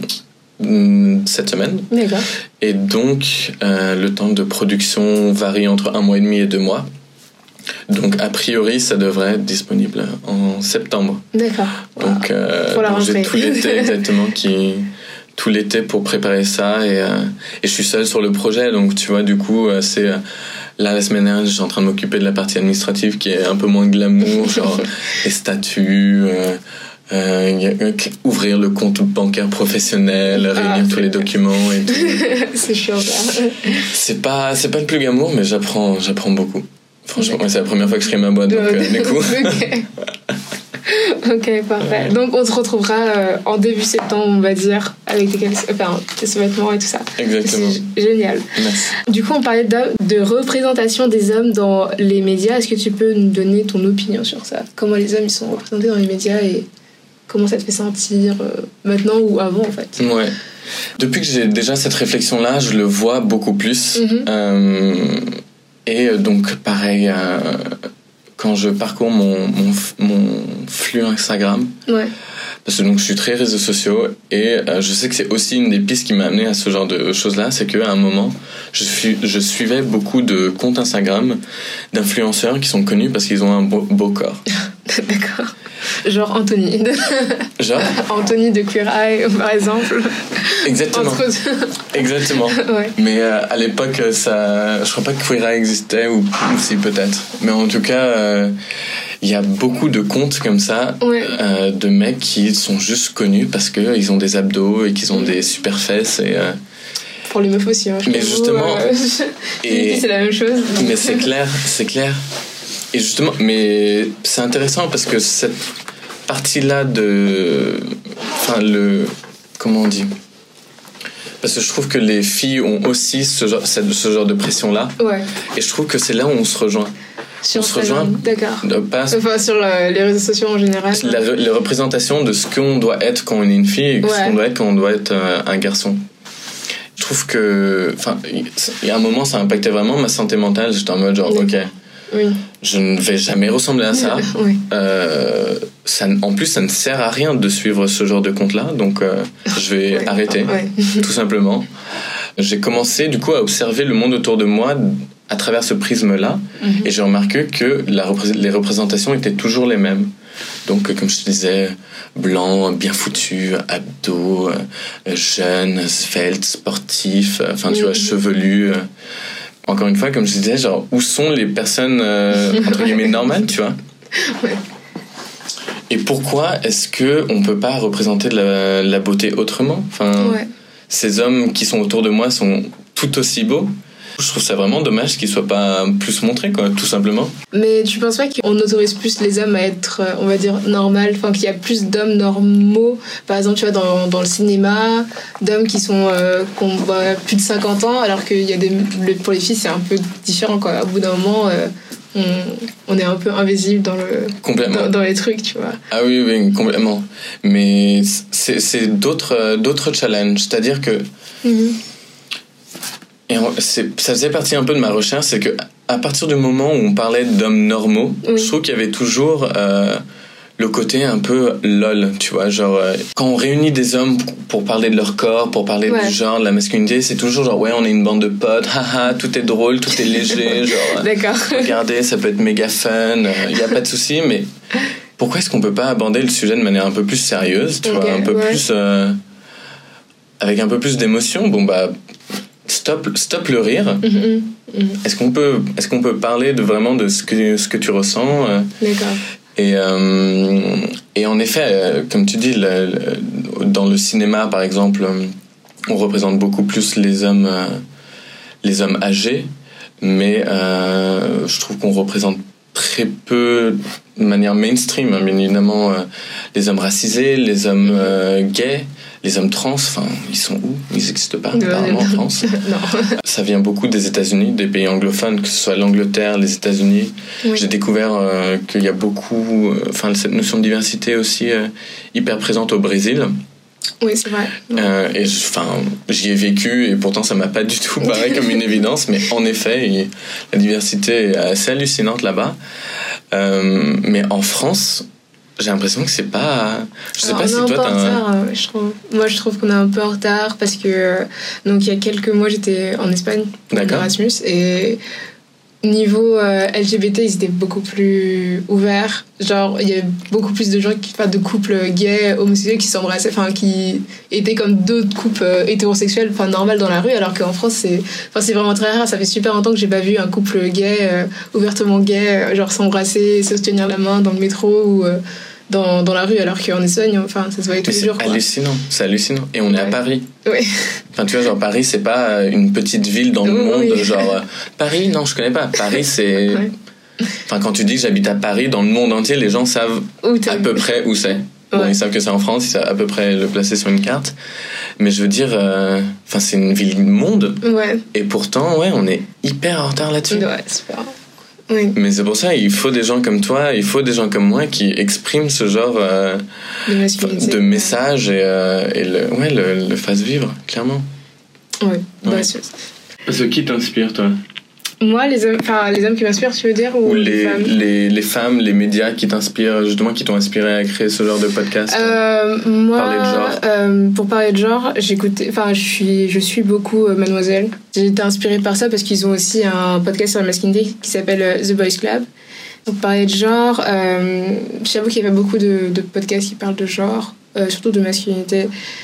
cette semaine. D'accord. Et donc euh, le temps de production varie entre un mois et demi et deux mois. Donc a priori ça devrait être disponible en septembre. D'accord. Donc, euh, pour la donc rentrée. j'ai tout l'été exactement qui tout l'été pour préparer ça et euh, et je suis seul sur le projet donc tu vois du coup euh, c'est euh, là la semaine dernière j'étais en train de m'occuper de la partie administrative qui est un peu moins glamour genre les statuts. Euh, Euh, ouvrir le compte bancaire professionnel, ah, réunir tous les documents et tout. C'est chiant ça. C'est pas, c'est pas le plus glamour, mais j'apprends, j'apprends beaucoup. Franchement, ouais, c'est la première fois que je crée ma boîte, donc euh, du coup. Okay. Ok, parfait. Donc on se retrouvera euh, en début septembre, on va dire, avec des, enfin, des sous-vêtements et tout ça. Exactement. C'est génial. Merci. Du coup, on parlait de représentation des hommes dans les médias. Est-ce que tu peux nous donner ton opinion sur ça? Comment les hommes ils sont représentés dans les médias et comment ça te fait sentir euh, maintenant ou avant en fait? Ouais. Depuis que j'ai déjà cette réflexion-là, je le vois beaucoup plus. Mm-hmm. Euh, et donc pareil, euh, quand je parcours mon, mon, mon flux Instagram, ouais. parce que donc, je suis très réseaux sociaux et euh, je sais que c'est aussi une des pistes qui m'a amené à ce genre de choses-là, c'est qu'à un moment, je, suis, je suivais beaucoup de comptes Instagram d'influenceurs qui sont connus parce qu'ils ont un beau, beau corps. D'accord. Genre Anthony. Genre Anthony de Queer Eye, par exemple. Exactement. Entre... Exactement. Ouais. Mais euh, à l'époque, ça, je crois pas que Queer Eye existait, ou, ou si peut-être. Mais en tout cas, il euh, y a beaucoup de comptes comme ça, ouais. euh, de mecs qui sont juste connus parce qu'ils ont des abdos et qu'ils ont des super fesses. Et, euh... Pour les meufs aussi. Hein, mais justement. Euh... et... c'est la même chose. Mais c'est clair, c'est clair. Et justement, mais c'est intéressant parce que cette partie-là de... Enfin, le... Comment on dit? Parce que je trouve que les filles ont aussi ce genre, ce genre de pression-là. Ouais. Et je trouve que c'est là où on se rejoint. Sur on se rejoint. D'accord. Pas, enfin, sur la, les réseaux sociaux en général. La, les représentations de ce qu'on doit être quand on est une fille et ouais. ce qu'on doit être quand on doit être un, un garçon. Je trouve que... Enfin, il y a un moment, ça impactait vraiment ma santé mentale. J'étais en mode genre, ok... Oui. Je ne vais jamais ressembler à ça. Oui. Euh, ça. En plus, ça ne sert à rien de suivre ce genre de compte-là, donc euh, je vais ouais. arrêter, ouais. tout simplement. J'ai commencé du coup à observer le monde autour de moi à travers ce prisme-là, mm-hmm. et j'ai remarqué que la repré- les représentations étaient toujours les mêmes. Donc, comme je te disais, blanc, bien foutu, abdos, euh, jeune, svelte, sportif, enfin, tu mm-hmm. vois, chevelu. Euh, Encore une fois, comme je disais, genre, où sont les personnes, euh, entre guillemets, normales, tu vois? Ouais. Et pourquoi est-ce qu'on ne peut pas représenter de la, la beauté autrement? Enfin, ouais. Ces hommes qui sont autour de moi sont tout aussi beaux. Je trouve ça vraiment dommage qu'il soit pas plus montré, quoi, tout simplement. Mais tu penses pas qu'on autorise plus les hommes à être, on va dire, normal, enfin qu'il y a plus d'hommes normaux, par exemple, tu vois, dans, dans le cinéma, d'hommes qui sont euh, qui ont bah, plus de cinquante ans, alors qu'il y a des, pour les filles c'est un peu différent, quoi. Au bout d'un moment, euh, on, on est un peu invisible dans le dans, dans les trucs, tu vois. Ah oui, oui, complètement. Mais c'est c'est d'autres d'autres challenges, c'est-à-dire que mm-hmm. Et c'est, ça faisait partie un peu de ma recherche, c'est que à partir du moment où on parlait d'hommes normaux, oui. je trouve qu'il y avait toujours euh, le côté un peu lol, tu vois, genre euh, quand on réunit des hommes pour parler de leur corps, pour parler ouais. du genre, de la masculinité, c'est toujours genre ouais, on est une bande de potes, haha, tout est drôle, tout est léger, genre D'accord. regardez, ça peut être méga fun, il euh, y a pas de souci, mais pourquoi est-ce qu'on peut pas aborder le sujet de manière un peu plus sérieuse, tu okay, vois, un peu ouais. plus euh, avec un peu plus d'émotion. Bon bah Stop, stop le rire. Mm-hmm. Mm-hmm. Est-ce qu'on peut, est-ce qu'on peut parler de vraiment de ce que, ce que tu ressens euh, D'accord. Et, euh, et en effet, euh, comme tu dis, le, le, dans le cinéma, par exemple, on représente beaucoup plus les hommes, euh, les hommes âgés, mais euh, je trouve qu'on représente très peu, de manière mainstream, hein, bien évidemment, euh, les hommes racisés, les hommes euh, gays. Les hommes trans, enfin, ils sont où ? Ils n'existent pas, apparemment, en France. Non. Ça vient beaucoup des États-Unis, des pays anglophones, que ce soit l'Angleterre, les États-Unis. Oui. J'ai découvert euh, qu'il y a beaucoup, enfin, euh, cette notion de diversité aussi euh, hyper présente au Brésil. Oui, c'est vrai. Euh, et enfin, j'y ai vécu et pourtant ça m'a pas du tout paru comme une évidence, mais en effet, il, la diversité est assez hallucinante là-bas. Euh, mais en France, j'ai l'impression que c'est pas. Je sais Alors, pas si toi toi t'as. En retard, un... je trouve. Moi, je trouve qu'on est un peu en retard parce que donc il y a quelques mois, j'étais en Espagne pour Erasmus et niveau euh, L G B T, ils étaient beaucoup plus ouverts. Genre, il y avait beaucoup plus de gens qui, enfin, de couples gays, homosexuels qui s'embrassaient, enfin, qui étaient comme d'autres couples euh, hétérosexuels, enfin, normales dans la rue, alors qu'en France, c'est, enfin, c'est vraiment très rare. Ça fait super longtemps que j'ai pas vu un couple gay, euh, ouvertement gay, euh, genre s'embrasser, se tenir la main dans le métro ou euh, dans, dans la rue, alors qu'en Espagne, enfin, ça se voyait tous les jours. C'est hallucinant, c'est hallucinant. Et on ouais. est à Paris. Oui. Enfin, tu vois, genre, Paris, c'est pas une petite ville dans le oh, monde, oui. genre, euh, Paris, non, je connais pas. Paris, c'est. Ouais. Enfin, quand tu dis que j'habite à Paris, dans le monde entier, les gens savent à peu près où c'est. Bon, ouais. Ils savent que c'est en France, ils savent à peu près le placer sur une carte. Mais je veux dire, euh, enfin, c'est une ville monde. Ouais. Et pourtant, ouais, on est hyper en retard là-dessus. Ouais, super. Oui. Mais c'est pour ça, il faut des gens comme toi, il faut des gens comme moi qui expriment ce genre euh, de, de messages et, euh, et le, ouais, le, le fassent vivre, clairement. Oui, ouais. Bah, c'est... Parce que qui t'inspire, toi ? Moi, les hommes, enfin, les hommes qui m'inspirent, tu veux dire, ou, ou les, les femmes les, les femmes, les médias qui t'inspirent, justement, qui t'ont inspiré à créer ce genre de podcast. Euh, moi, parler de genre. Euh, pour parler de genre, j'écoutais, enfin, je suis, je suis beaucoup euh, Mademoiselle. J'ai été inspirée par ça parce qu'ils ont aussi un podcast sur la masculinité qui s'appelle euh, The Boys Club. Donc, parler de genre, euh, j'avoue qu'il y avait beaucoup de, de podcasts qui parlent de genre, euh, surtout de masculinité.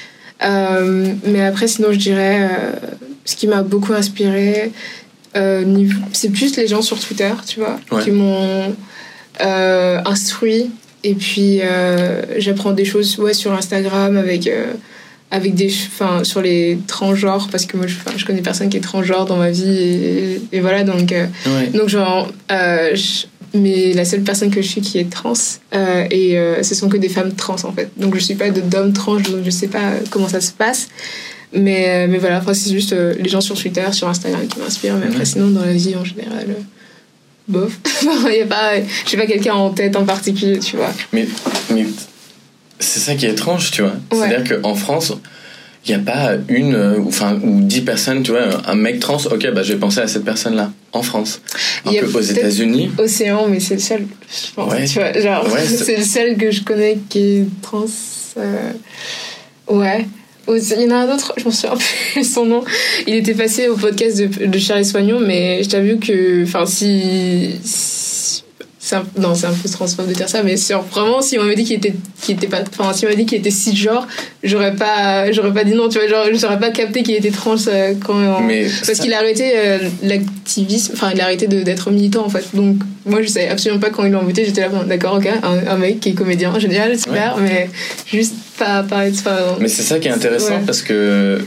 Euh, mais après, sinon, je dirais, euh, ce qui m'a beaucoup inspirée. Euh, c'est plus les gens sur Twitter, tu vois, ouais. qui m'ont euh, instruit. Et puis, euh, j'apprends des choses ouais, sur Instagram avec, euh, avec des, sur les transgenres, parce que moi, je, je connais personne qui est transgenre dans ma vie. Et, et voilà, donc, euh, ouais. donc genre, euh, je, mais la seule personne que je suis qui est trans, euh, et euh, ce sont que des femmes trans, en fait. Donc, je suis pas d'homme trans, donc je sais pas comment ça se passe. Mais, mais voilà, après, c'est juste euh, les gens sur Twitter, sur Instagram qui m'inspirent. Mais après, mmh. sinon, dans la vie en général, euh, bof. Il y a pas, je sais pas quelqu'un en tête en particulier, tu vois. Mais, mais c'est ça qui est étrange, tu vois. Ouais. C'est-à-dire qu'en France, il n'y a pas une enfin, ou dix personnes, tu vois, un mec trans, ok, bah, je vais penser à cette personne-là, en France. Alors qu'aux États-Unis. Océan, mais c'est le seul, je pense. Ouais. Tu vois, genre, ouais, c'est... c'est le seul que je connais qui est trans. Euh... Ouais. Il y en a un autre, je m'en souviens plus son nom. Il était passé au podcast de, de Charles Soignon, mais je t'avoue que, enfin, si, si c'est un, non, c'est un peu transphobe de dire ça, mais sur, vraiment, si on m'avait dit qu'il était, qu'il était pas, enfin, si on m'avait dit qu'il était cisgenre, j'aurais pas, j'aurais pas dit non, tu vois, genre, j'aurais pas capté qu'il était trans euh, quand, on, mais parce ça... qu'il a arrêté euh, l'activisme, enfin, il a arrêté de, d'être militant, en fait. Donc, moi, je savais absolument pas quand ils l'ont embêté, j'étais là, bon, d'accord, ok, un, un mec qui est comédien, génial, super, ouais. mais juste pas parler de ça. Mais c'est ça qui est intéressant ouais. parce que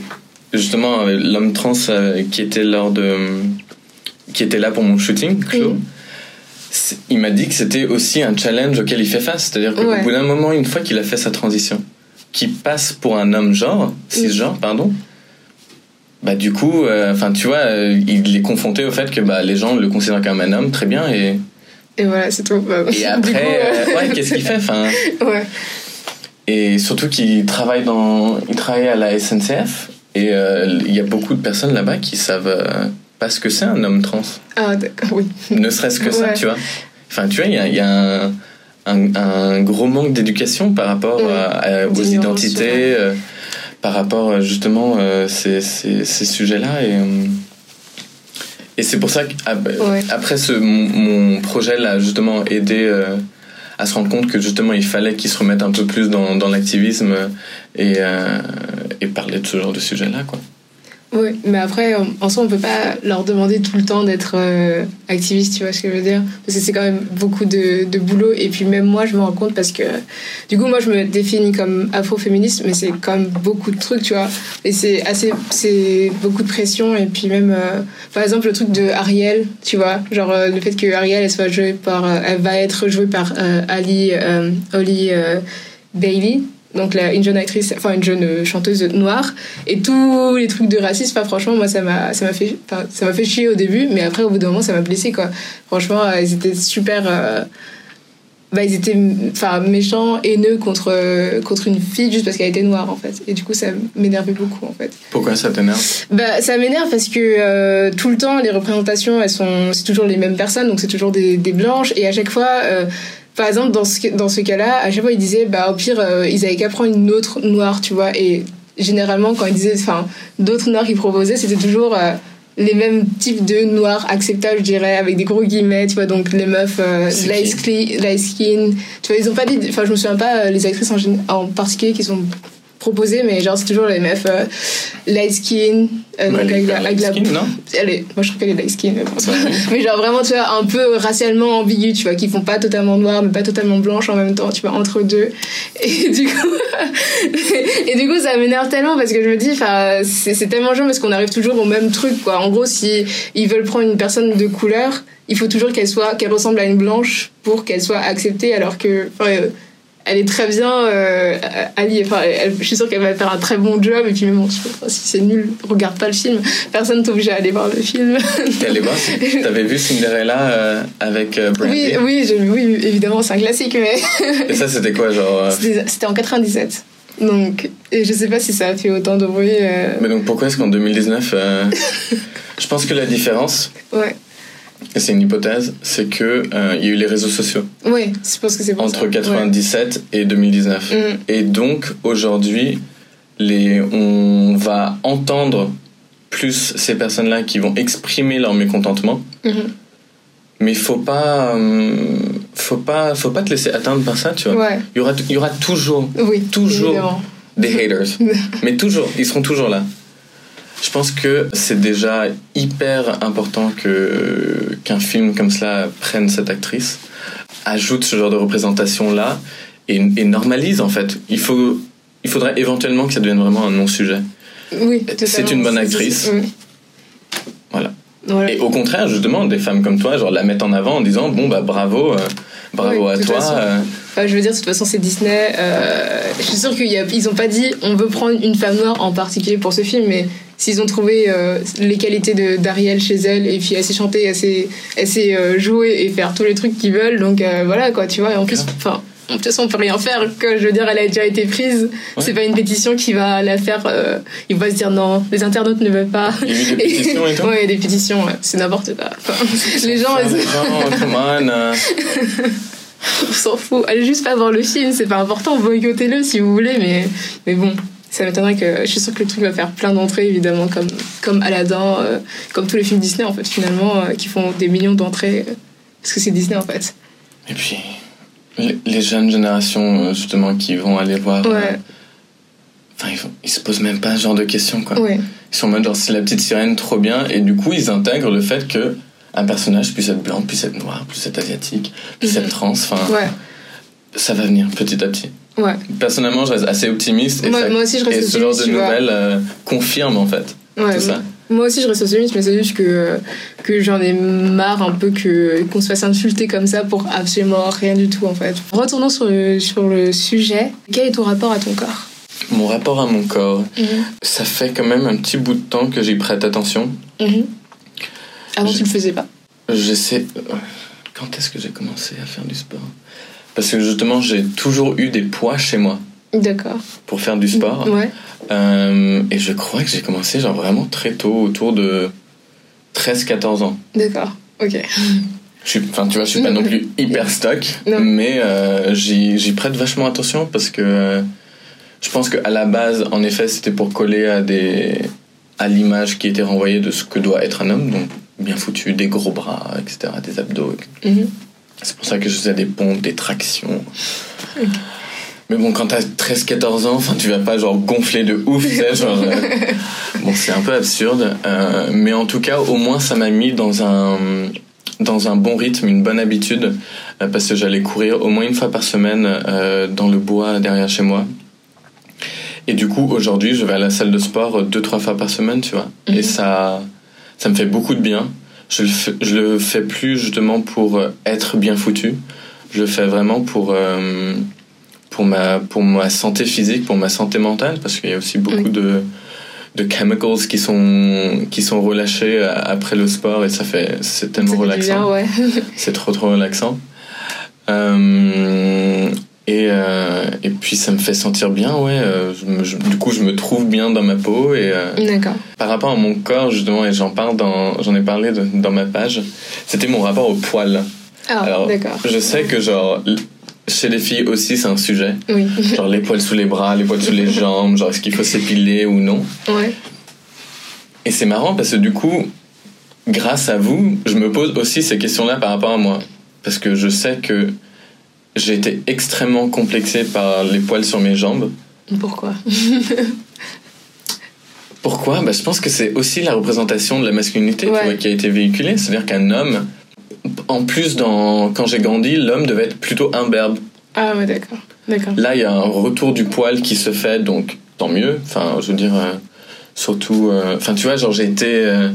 justement, l'homme trans euh, qui était lors de, qui était là pour mon shooting, Claude, mmh. il m'a dit que c'était aussi un challenge auquel il fait face. C'est-à-dire qu'au ouais. bout d'un moment, une fois qu'il a fait sa transition, qu'il passe pour un homme genre, cisgenre, mmh. pardon, bah du coup, enfin euh, tu vois, euh, il est confronté au fait que bah les gens le considèrent comme un homme, très bien, et et voilà, c'est tout. Bah, et après, coup, euh... ouais, qu'est-ce qu'il fait, enfin. Ouais. Et surtout qu'il travaille dans, il travaille à la S N C F, et il euh, y a beaucoup de personnes là-bas qui savent euh, pas ce que c'est un homme trans. Ah d'accord, oui. Ne serait-ce que ça, ouais. tu vois. Enfin, tu vois, il y a, y a un, un, un gros manque d'éducation par rapport ouais. à, à, aux identités, euh, par rapport justement à euh, ces, ces, ces sujets-là. Et, euh, et c'est pour ça qu'après ouais. mon, mon projet l'a justement aidé euh, à se rendre compte que justement il fallait qu'ils se remettent un peu plus dans, dans l'activisme et, euh, et parler de ce genre de sujet-là, quoi. Oui, mais après, en soi, on peut pas leur demander tout le temps d'être euh, activiste, tu vois ce que je veux dire ? Parce que c'est quand même beaucoup de, de boulot. Et puis même moi, je me rends compte parce que, du coup, moi, je me définis comme afroféministe, mais c'est quand même beaucoup de trucs, tu vois. Et c'est assez, c'est beaucoup de pression. Et puis même, euh, par exemple, le truc de Ariel, tu vois, genre euh, le fait que Ariel, elle soit jouée par, euh, elle va être jouée par euh, Ali, euh, Holly euh, Bailey. Donc là, une jeune actrice, enfin une jeune chanteuse noire, et tous les trucs de racisme, enfin, franchement moi ça m'a ça m'a fait enfin, ça m'a fait chier au début, mais après au bout d'un moment ça m'a blessée, quoi. Franchement ils étaient super euh, bah ils étaient enfin méchants, haineux contre contre une fille juste parce qu'elle était noire en fait, et du coup ça m'énervait beaucoup en fait. Pourquoi ça t'énerve ? Bah ça m'énerve parce que euh, tout le temps les représentations elles sont c'est toujours les mêmes personnes, donc c'est toujours des des blanches, et à chaque fois euh, par exemple, dans ce, dans ce cas-là, à chaque fois, ils disaient, bah, au pire, euh, ils avaient qu'à prendre une autre noire, tu vois. Et généralement, quand ils disaient, enfin, d'autres noirs qu'ils proposaient, c'était toujours euh, les mêmes types de noirs acceptables, je dirais, avec des gros guillemets, tu vois. Donc, les meufs, euh, light, skin, light skin, tu vois, ils ont pas dit, enfin, je me souviens pas euh, les actrices en, en particulier qui sont proposées, mais genre, c'est toujours les meufs euh, light skin, euh, bah, donc avec la, avec la skin, non allez, moi je trouve qu'elle est light skin, mais, bon, mais genre vraiment, tu vois, un peu racialement ambigu, tu vois, qui font pas totalement noir mais pas totalement blanche en même temps, tu vois, entre deux. Et du coup et du coup ça m'énerve tellement parce que je me dis, enfin, c'est, c'est tellement chiant parce qu'on arrive toujours au même truc, quoi. En gros, si ils veulent prendre une personne de couleur, il faut toujours qu'elle soit qu'elle ressemble à une blanche pour qu'elle soit acceptée, alors que enfin, euh, elle est très bien euh, alliée, enfin, elle, je suis sûre qu'elle va faire un très bon job, et puis même bon, si c'est nul, regarde pas le film, personne t'oblige à aller voir le film. T'es allé voir, t'avais vu Cinderella euh, avec euh, Brandy? Oui, oui, j'ai, oui, évidemment, c'est un classique, mais... Et ça, c'était quoi, genre euh... c'était, c'était en quatre-vingt-dix-sept, donc, et je sais pas si ça a fait autant de bruit. Euh... Mais donc pourquoi est-ce qu'en deux mille dix-neuf, euh... je pense que la différence... Ouais. Et c'est une hypothèse, c'est que euh, il y a eu les réseaux sociaux. Oui, je pense que c'est pour entre ça. quatre-vingt-dix-sept ouais. et deux mille dix-neuf. Mm. Et donc aujourd'hui, les on va entendre plus ces personnes-là qui vont exprimer leur mécontentement. Mm-hmm. Mais faut pas, euh, faut pas, faut pas te laisser atteindre par ça, tu vois. Ouais. Il y aura, il y aura toujours, oui, toujours évidemment. Des haters. Mais toujours, ils seront toujours là. Je pense que c'est déjà hyper important que, qu'un film comme cela prenne cette actrice, ajoute ce genre de représentation-là et, et normalise, en fait. Il, faut, il faudrait éventuellement que ça devienne vraiment un non-sujet. Oui, totalement. C'est une bonne actrice. Oui. Voilà. Voilà. Et au contraire, justement, des femmes comme toi, genre la mettre en avant en disant, bon, bah bravo, euh, bravo oui, à toi. Euh... Enfin, je veux dire, de toute façon, c'est Disney. Euh, je suis sûre qu'ils n'ont pas dit, on veut prendre une femme noire en particulier pour ce film, mais s'ils ont trouvé euh, les qualités de, d'Ariel chez elle, et puis elle sait chanter, elle sait, elle sait euh, jouer et faire tous les trucs qu'ils veulent, donc euh, voilà, quoi, tu vois. Et en plus, enfin, de toute façon, on peut rien faire, que je veux dire, elle a déjà été prise. Ouais. C'est pas une pétition qui va la faire. Euh, ils vont se dire non, les internautes ne veulent pas. Il y a eu des pétitions et tout. Ouais, des pétitions, ouais. C'est n'importe quoi. Enfin, les gens, ils... oh, come on. Uh... on s'en fout. Allez juste pas voir le film, c'est pas important. Boycottez-le si vous voulez, mais mais bon. Ça m'étonnerait que... Je suis sûre que le truc va faire plein d'entrées, évidemment, comme, comme Aladdin, euh, comme tous les films Disney, en fait, finalement, euh, qui font des millions d'entrées, euh, parce que c'est Disney, en fait. Et puis, les, les jeunes générations, justement, qui vont aller voir... Ouais. Euh, enfin, ils, ils se posent même pas ce genre de questions, quoi. Ouais. Ils sont en mode, genre, c'est la petite sirène, trop bien, et du coup, ils intègrent le fait que un personnage puisse être blanc, puisse être noir, puisse être asiatique, puisse mm-hmm. être trans, enfin... Ouais. Ça va venir, petit à petit. Ouais. Personnellement, je reste assez optimiste. Et moi, ça, moi aussi, je reste et optimiste. Et ce genre de nouvelles euh, confirme, en fait, ouais, tout ça. Moi aussi, je reste optimiste, mais c'est juste que, que j'en ai marre un peu que, qu'on se fasse insulter comme ça pour absolument rien du tout, en fait. Retournons sur le, sur le sujet. Quel est ton rapport à ton corps ? Mon rapport à mon corps, mmh. ça fait quand même un petit bout de temps que j'y prête attention. Mmh. Avant, je... tu le faisais pas ? J'essaie... Quand est-ce que j'ai commencé à faire du sport ? Parce que justement, j'ai toujours eu des poids chez moi. D'accord. Pour faire du sport. Ouais. Euh, et je crois que j'ai commencé genre vraiment très tôt, autour de treize quatorze ans. D'accord, ok. Je suis, enfin, tu vois, je suis pas non plus hyper stock, non. mais euh, j'y, j'y prête vachement attention parce que euh, je pense qu'à la base, en effet, c'était pour coller à, des, à l'image qui était renvoyée de ce que doit être un homme, donc bien foutu, des gros bras, et cetera, des abdos. Mm-hmm. C'est pour ça que je faisais des pompes, des tractions. Okay. Mais bon, quand t'as treize quatorze ans, tu vas pas genre gonfler de ouf, tu sais, genre... Euh, bon, c'est un peu absurde, euh, mais en tout cas, au moins, ça m'a mis dans un, dans un bon rythme, une bonne habitude, euh, parce que j'allais courir au moins une fois par semaine euh, dans le bois derrière chez moi. Et du coup, aujourd'hui, je vais à la salle de sport deux, trois fois par semaine, tu vois. Mm-hmm. Et ça, ça me fait beaucoup de bien. Je le fais, je le fais plus justement pour être bien foutu. Je le fais vraiment pour... Euh, pour ma, pour ma santé physique, pour ma santé mentale, parce qu'il y a aussi beaucoup oui. de, de chemicals qui sont, qui sont relâchés après le sport et ça fait, c'est tellement ça relaxant. Bien, ouais. C'est trop, trop relaxant. Euh, et, euh, et puis ça me fait sentir bien, ouais. Je me, je, du coup, je me trouve bien dans ma peau. Et, euh, D'accord. Par rapport à mon corps, justement, et j'en parle dans, j'en ai parlé de, dans ma page, c'était mon rapport au poil. Ah, alors, d'accord. Je sais que, genre, chez les filles aussi, c'est un sujet. Oui. Genre les poils sous les bras, les poils sous les jambes, genre est-ce qu'il faut s'épiler ou non. Ouais. Et c'est marrant parce que du coup, grâce à vous, je me pose aussi ces questions-là par rapport à moi. Parce que je sais que j'ai été extrêmement complexé par les poils sur mes jambes. Pourquoi ? Pourquoi ? Bah, je pense que c'est aussi la représentation de la masculinité ouais. tu vois, qui a été véhiculée. C'est-à-dire qu'un homme... En plus, dans, quand j'ai grandi, l'homme devait être plutôt imberbe. Ah ouais, d'accord. d'accord. Là, il y a un retour du poil qui se fait, donc tant mieux. Enfin, je veux dire, euh, surtout... Enfin, euh, tu vois, genre, j'ai été... Euh,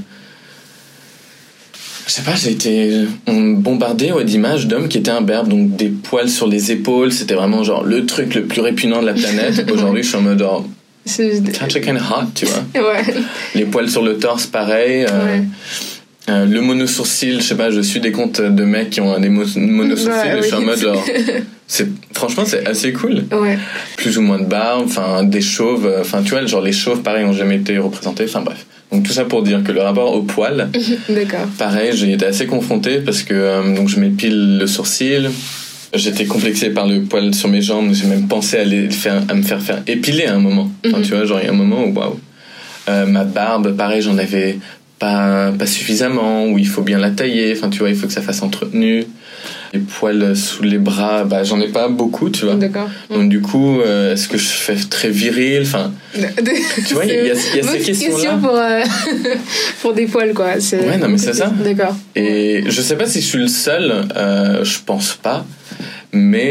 je sais pas, j'ai été bombardé ouais, d'images d'hommes qui étaient imberbes, donc des poils sur les épaules, c'était vraiment genre le truc le plus répugnant de la planète. Aujourd'hui, je suis en mode genre... C'est kind of hot, tu vois. Ouais. Les poils sur le torse, pareil. Euh, ouais. Euh, le monosourcil, je sais pas, je suis des comptes de mecs qui ont des mo- monosourcils ouais, et oui. Je suis en mode genre, c'est, franchement c'est assez cool. Ouais. Plus ou moins de barbe, enfin des chauves, enfin tu vois, genre les chauves pareil ont jamais été représentés, enfin bref. Donc tout ça pour dire que le rapport au poil, d'accord. Pareil, j'ai été assez confronté parce que euh, donc je m'épile le sourcil, j'étais complexé par le poil sur mes jambes, j'ai même pensé à, les faire, à me faire faire épiler à un moment. Enfin, mm-hmm. Tu vois, genre il y a un moment où waouh. Euh, ma barbe, pareil, j'en avais Pas, pas suffisamment, où il faut bien la tailler, enfin tu vois, il faut que ça fasse entretenu. Les poils sous les bras, bah j'en ai pas beaucoup, tu vois. D'accord. Donc du coup, euh, est-ce que je fais très viril, enfin, tu vois, il y a, il y a ces questions-là. Question pour, euh, pour des poils, quoi. C'est ouais, non mais c'est ça. D'accord. Et je sais pas si je suis le seul, euh, je pense pas, mais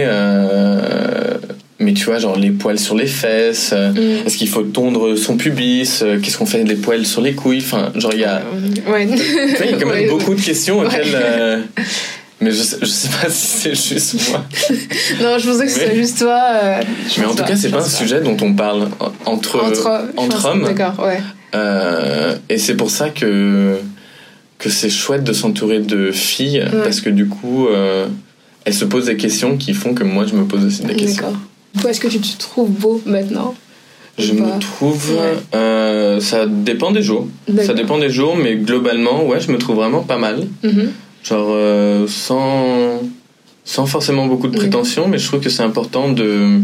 euh, mais tu vois, genre les poils sur les fesses, mm. Est-ce qu'il faut tondre son pubis, qu'est-ce qu'on fait des poils sur les couilles, enfin genre il y a ouais. Tu vois, il y a quand même ouais, beaucoup ouais. de questions auxquelles ouais. euh, mais je sais, je sais pas si c'est juste moi. Non, je pensais que c'était juste toi. Euh, mais en tout pas, cas, c'est pas un pas. sujet dont on parle entre entre, entre hommes. D'accord, ouais. Euh, et c'est pour ça que que c'est chouette de s'entourer de filles ouais. Parce que du coup, euh, elles se posent des questions qui font que moi je me pose aussi des questions. D'accord. Toi, est-ce que tu te trouves beau maintenant ? Je me trouve... Ouais. Euh, ça dépend des jours. D'accord. Ça dépend des jours, mais globalement, ouais, je me trouve vraiment pas mal. Mm-hmm. Genre, euh, sans, sans forcément beaucoup de prétention, mm-hmm. Mais je trouve que c'est important de...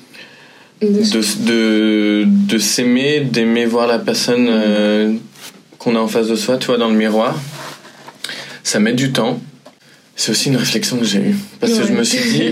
De, de, de s'aimer, d'aimer voir la personne euh, qu'on a en face de soi, tu vois, dans le miroir. Ça met du temps. C'est aussi une réflexion que j'ai eue. Parce ouais. que je me suis dit...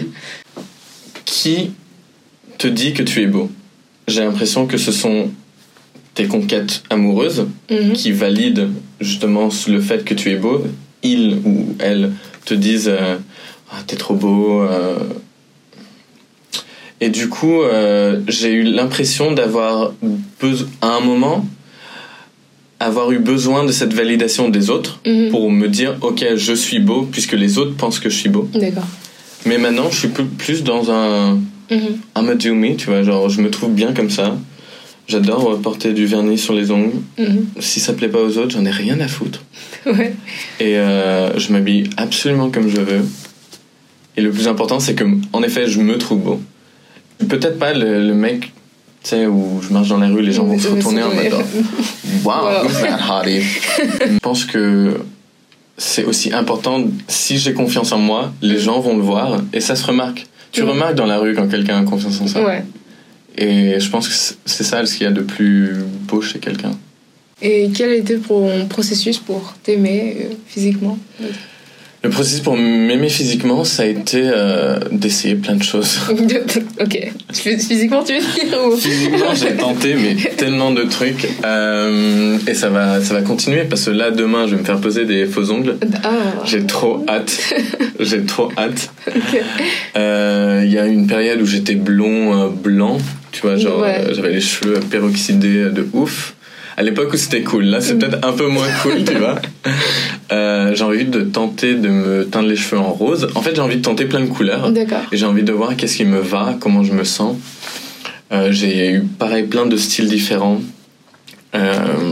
Qui te dit que tu es beau ? J'ai l'impression que ce sont tes conquêtes amoureuses mm-hmm. qui valident justement le fait que tu es beau. Ils ou elles te disent euh, ah, t'es trop beau. Euh... Et du coup, euh, j'ai eu l'impression d'avoir, beso- à un moment, avoir eu besoin de cette validation des autres mm-hmm. pour me dire, ok, je suis beau, puisque les autres pensent que je suis beau. D'accord. Mais maintenant, je suis plus dans un... Mm-hmm. I'm a do me, tu vois, genre, je me trouve bien comme ça. J'adore porter du vernis sur les ongles. Mm-hmm. Si ça plaît pas aux autres, j'en ai rien à foutre. Ouais. Et euh, je m'habille absolument comme je veux. Et le plus important, c'est que, en effet, je me trouve beau. Peut-être pas le, le mec, tu sais, où je marche dans la rue, les gens vont se retourner en mode wow, wow, who's that hottie? Je pense que c'est aussi important, si j'ai confiance en moi, les gens vont le voir et ça se remarque. Tu mmh. remarques dans la rue quand quelqu'un a confiance en soi. Ouais. Et je pense que c'est ça ce qu'il y a de plus beau chez quelqu'un. Et quel a été ton processus pour t'aimer euh, physiquement? Le processus pour m'aimer physiquement, ça a été euh, d'essayer plein de choses. Ok. Physiquement, tu veux dire ou... Physiquement, j'ai tenté, mais tellement de trucs. Euh, et ça va, ça va continuer, parce que là, demain, je vais me faire poser des faux ongles. Ah. J'ai trop hâte. J'ai trop hâte. Il okay. euh, y a une période où j'étais blond, euh, blanc. Tu vois, genre, ouais. euh, j'avais les cheveux peroxydés de ouf. À l'époque où c'était cool, là c'est mmh. peut-être un peu moins cool, tu vois. Euh, j'ai envie de tenter de me teindre les cheveux en rose. En fait, j'ai envie de tenter plein de couleurs. D'accord. Et j'ai envie de voir qu'est-ce qui me va, comment je me sens. Euh, j'ai eu pareil plein de styles différents. Euh,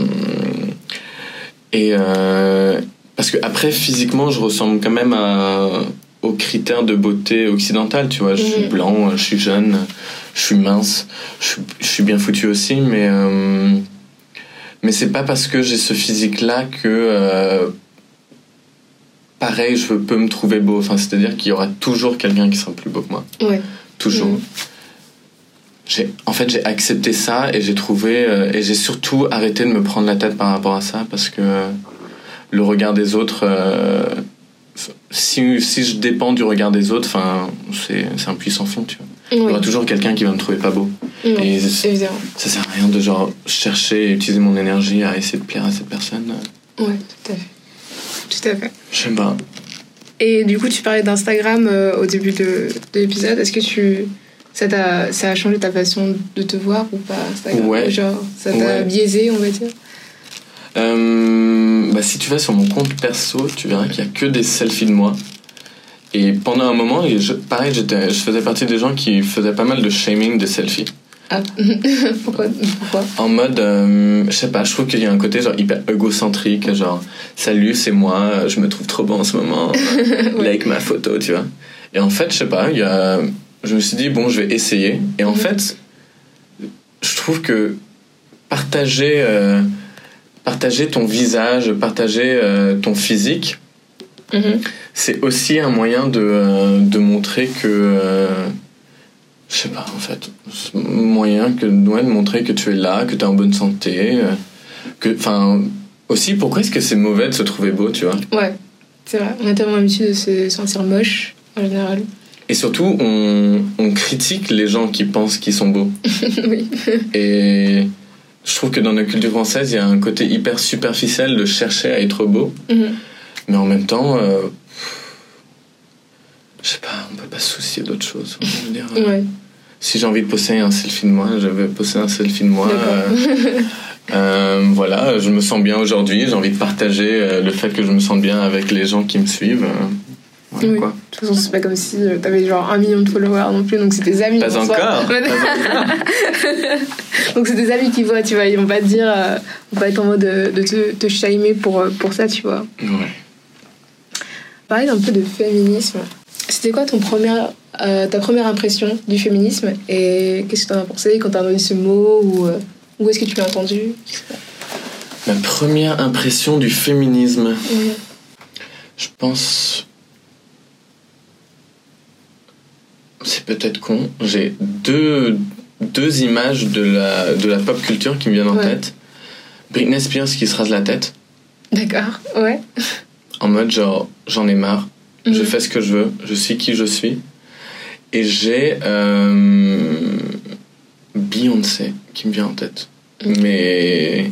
et euh, parce que après physiquement, je ressemble quand même à, aux critères de beauté occidentale, tu vois. Je suis mmh. blanc, je suis jeune, je suis mince, je suis, je suis bien foutu aussi, mais euh, mais c'est pas parce que j'ai ce physique-là que euh, pareil, je peux me trouver beau. Enfin, c'est-à-dire qu'il y aura toujours quelqu'un qui sera plus beau que moi. Ouais. Toujours. Mmh. J'ai, en fait, j'ai accepté ça et j'ai trouvé euh, et j'ai surtout arrêté de me prendre la tête par rapport à ça parce que euh, le regard des autres, euh, si si je dépends du regard des autres, enfin, c'est c'est un puissant fond, tu vois. Oui. Il y aura toujours quelqu'un qui va me trouver pas beau. Oui, et évidemment. Ça sert à rien de genre chercher et utiliser mon énergie à essayer de plaire à cette personne. Ouais, tout à fait. Tout à fait. Je sais pas. Et du coup, tu parlais d'Instagram euh, au début de, de l'épisode. Est-ce que tu ça t'a ça a changé ta façon de te voir ou pas, Instagram? Ouais. Genre, ça t'a ouais. biaisé, on va dire. Euh, bah si tu vas sur mon compte perso, tu verras qu'il y a que des selfies de moi. Et pendant un moment, je, pareil, j'étais, je faisais partie des gens qui faisaient pas mal de shaming des selfies. Ah, pourquoi, pourquoi En mode, euh, je sais pas, je trouve qu'il y a un côté genre hyper égocentrique, genre salut, c'est moi, je me trouve trop bon en ce moment, ouais. Like ma photo, tu vois. Et en fait, je sais pas, il y a, je me suis dit bon, je vais essayer. Et en mm-hmm. fait, je trouve que partager, euh, partager ton visage, partager euh, ton physique. Mm-hmm. C'est aussi un moyen de, euh, de montrer que euh, je sais pas en fait c'est un moyen que, ouais, de montrer que tu es là, que tu es en bonne santé, euh, que, enfin aussi pourquoi est-ce que c'est mauvais de se trouver beau, tu vois. Ouais, c'est vrai, on a tellement l'habitude de se sentir moche en général. Et surtout on, on critique les gens qui pensent qu'ils sont beaux. Oui. Et je trouve que dans la culture française il y a un côté hyper superficiel de chercher à être beau. Mm-hmm. Mais en même temps, euh, je sais pas, on peut pas se soucier d'autre chose. Je veux dire, ouais. Si j'ai envie de poster un selfie de moi, je vais poster un selfie de moi. Euh, euh, voilà, je me sens bien aujourd'hui. J'ai envie de partager euh, le fait que je me sens bien avec les gens qui me suivent. Euh, voilà, oui. quoi. De toute façon, c'est pas comme si euh, t'avais genre un million de followers non plus, donc c'est tes amis. Pas encore. Pas encore. Donc c'est tes amis qui voient, tu vois. Ils vont pas te dire, euh, on va être en mode de, de te, te shamer pour pour ça, tu vois. Ouais. Parler un peu de féminisme. C'était quoi ton première, euh, ta première impression du féminisme et qu'est-ce que t'en as pensé quand t'as entendu ce mot ou euh, où est-ce que tu l'as entendu? Ma première impression du féminisme. Oui. Je pense. C'est peut-être con. J'ai deux, deux images de la, de la pop culture qui me viennent en ouais. tête. Britney Spears qui se rase la tête. D'accord, ouais. En mode genre, j'en ai marre. Mmh. Je fais ce que je veux. Je suis qui je suis. Et j'ai euh, Beyoncé qui me vient en tête. Mmh. Mais...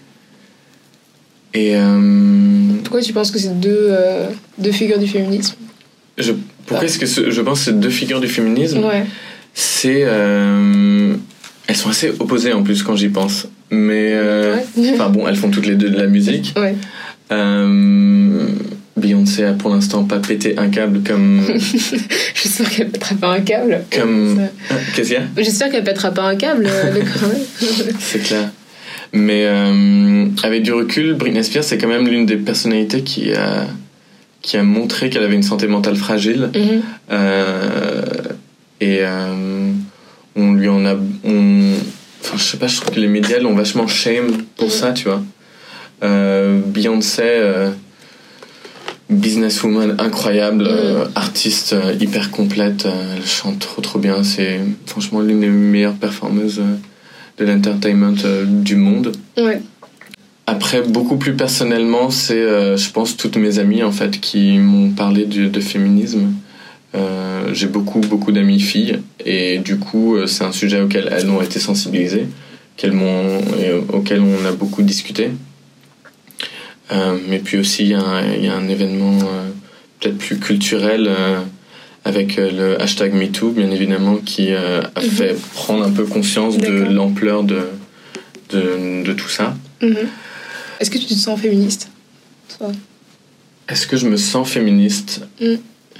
Et... Euh, pourquoi tu penses que c'est deux, euh, deux figures du féminisme? je, Pourquoi ah. est-ce que ce, je pense que c'est deux figures du féminisme? Ouais. C'est... Euh, elles sont assez opposées en plus quand j'y pense. Mais... Euh, ouais. Enfin bon, elles font toutes les deux de la musique. Ouais. Euh, Beyoncé a pour l'instant pas pété un câble comme... J'espère qu'elle pètera pas un câble. Comme... Ah, qu'est-ce qu'il y a? J'espère qu'elle pètera pas un câble. C'est clair. Mais euh, avec du recul, Britney Spears, c'est quand même l'une des personnalités qui a, qui a montré qu'elle avait une santé mentale fragile. Mm-hmm. Euh, et euh, on lui en a... On, enfin, je sais pas, je trouve que les médias l'ont vachement shame pour mm-hmm. ça, tu vois. Euh, Beyoncé, euh, businesswoman incroyable, mm-hmm. euh, artiste euh, hyper complète, euh, elle chante trop trop bien. C'est franchement l'une des meilleures performeuses... Euh, de l'entertainment euh, du monde. Ouais. Après, beaucoup plus personnellement, c'est, euh, je pense, toutes mes amies, en fait, qui m'ont parlé de, de féminisme. Euh, j'ai beaucoup, beaucoup d'amies filles, et du coup, euh, c'est un sujet auquel elles ont été sensibilisées, qu'elles m'ont, et auquel on a beaucoup discuté. Euh, mais puis aussi, il y, y a un événement euh, peut-être plus culturel, euh, avec le hashtag MeToo, bien évidemment, qui euh, a mm-hmm. fait prendre un peu conscience D'accord. de l'ampleur de, de, de tout ça. Mm-hmm. Est-ce que tu te sens féministe, toi? Est-ce que je me sens féministe? mm.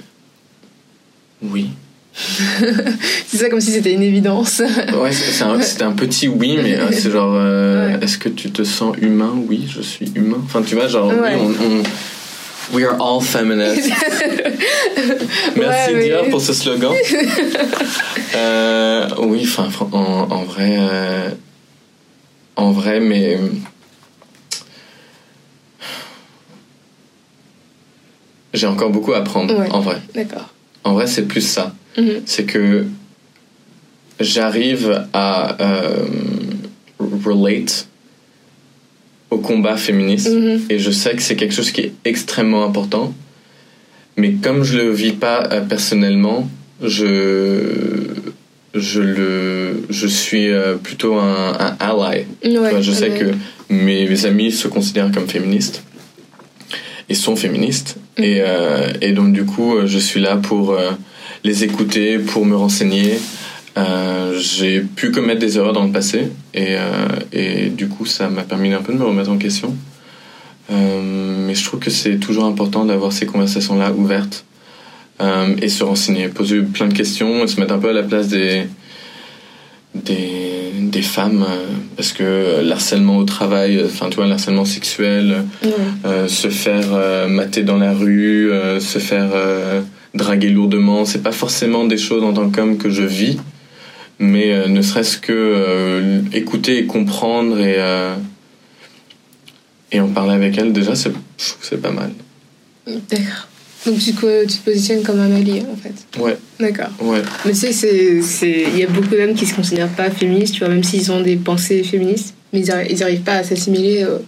Oui. C'est ça, comme si c'était une évidence. Ouais, c'est un, c'était un petit oui, mais euh, c'est genre... Euh, ouais. Est-ce que tu te sens humain? Oui, je suis humain. Enfin, tu vois, genre, ouais. oui, on... on We are all feminists. Merci ouais, Dior oui. pour ce slogan. euh, oui, enfin, en, en vrai, euh, en vrai, mais j'ai encore beaucoup à apprendre. Ouais, en vrai. D'accord. En vrai, c'est plus ça. Mm-hmm. C'est que j'arrive à euh, relate au combat féministe mm-hmm. et je sais que c'est quelque chose qui est extrêmement important, mais comme je le vis pas euh, personnellement, je je le je suis euh, plutôt un, un ally. Ouais, enfin, je sais ouais. que mes, mes amis se considèrent comme féministes et sont féministes mm-hmm. et euh, et donc du coup je suis là pour euh, les écouter, pour me renseigner. Euh, j'ai pu commettre des erreurs dans le passé et, euh, et du coup ça m'a permis un peu de me remettre en question, euh, mais je trouve que c'est toujours important d'avoir ces conversations là ouvertes euh, et se renseigner, poser plein de questions et se mettre un peu à la place des des, des femmes euh, parce que l'harcèlement au travail, enfin tu vois, l'harcèlement sexuel, mmh. euh, se faire euh, mater dans la rue, euh, se faire euh, draguer lourdement, c'est pas forcément des choses en tant qu'homme que je vis. Mais euh, ne serait-ce que euh, écouter et comprendre et, euh, et en parler avec elle, déjà, c'est, je trouve que c'est pas mal. D'accord. Donc tu te, tu te positionnes comme un allié, en fait. Ouais. D'accord. Ouais. Mais tu sais, c'est, c'est, il y a beaucoup d'hommes qui se considèrent pas féministes, tu vois, même s'ils ont des pensées féministes, mais ils n'arrivent pas à s'assimiler euh,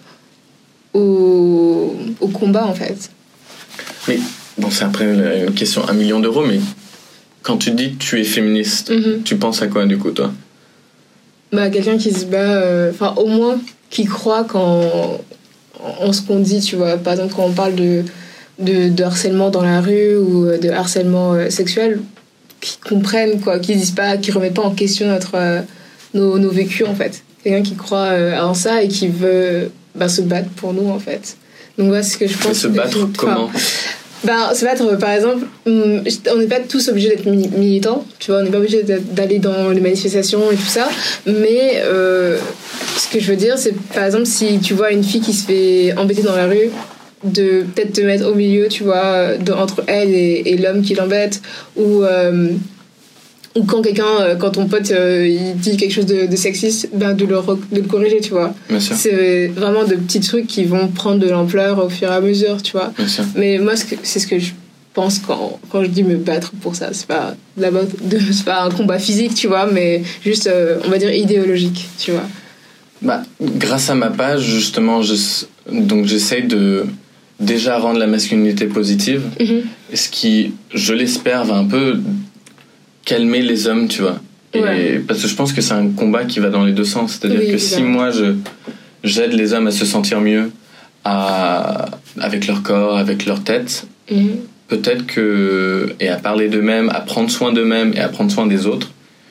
au, au combat, en fait. Mais bon, c'est après une question un million d'euros, mais... Quand tu dis que tu es féministe, mm-hmm. tu penses à quoi du coup, toi? Bah, quelqu'un qui se bat, enfin, euh, au moins qui croit qu'en, en ce qu'on dit, tu vois. Par exemple, quand on parle de, de, de harcèlement dans la rue ou de harcèlement euh, sexuel, qui comprennent, quoi, qui disent pas, qui remettent pas en question notre, euh, nos, nos vécus, en fait. Quelqu'un qui croit euh, en ça et qui veut bah, se battre pour nous, en fait. Donc, voilà ce que je pense. Se battre que, comment? Ben, se battre, par exemple, on n'est pas tous obligés d'être militants, tu vois, on n'est pas obligé d'aller dans les manifestations et tout ça, mais euh, ce que je veux dire, c'est par exemple, si tu vois une fille qui se fait embêter dans la rue, de peut-être te mettre au milieu, tu vois, de, entre elle et, et l'homme qui l'embête, ou, euh, ou quand quelqu'un, quand ton pote euh, il dit quelque chose de, de sexiste, ben de, le, de le corriger, tu vois. Bien sûr. C'est vraiment de petits trucs qui vont prendre de l'ampleur au fur et à mesure, tu vois. Bien sûr. Mais moi, c'est ce que je pense quand, quand je dis me battre pour ça. C'est pas, c'est pas un combat physique, tu vois, mais juste, euh, on va dire, idéologique, tu vois. Bah, grâce à ma page, justement, je, donc j'essaye de déjà rendre la masculinité positive, mm-hmm. ce qui, je l'espère, va un peu calmer les hommes, tu vois. Et ouais. Parce que je pense que c'est un combat qui va dans les deux sens. C'est-à-dire oui, que évidemment. Si moi, je, j'aide les hommes à se sentir mieux à, avec leur corps, avec leur tête, mm-hmm. peut-être que... Et à parler d'eux-mêmes, à prendre soin d'eux-mêmes et à prendre soin des autres,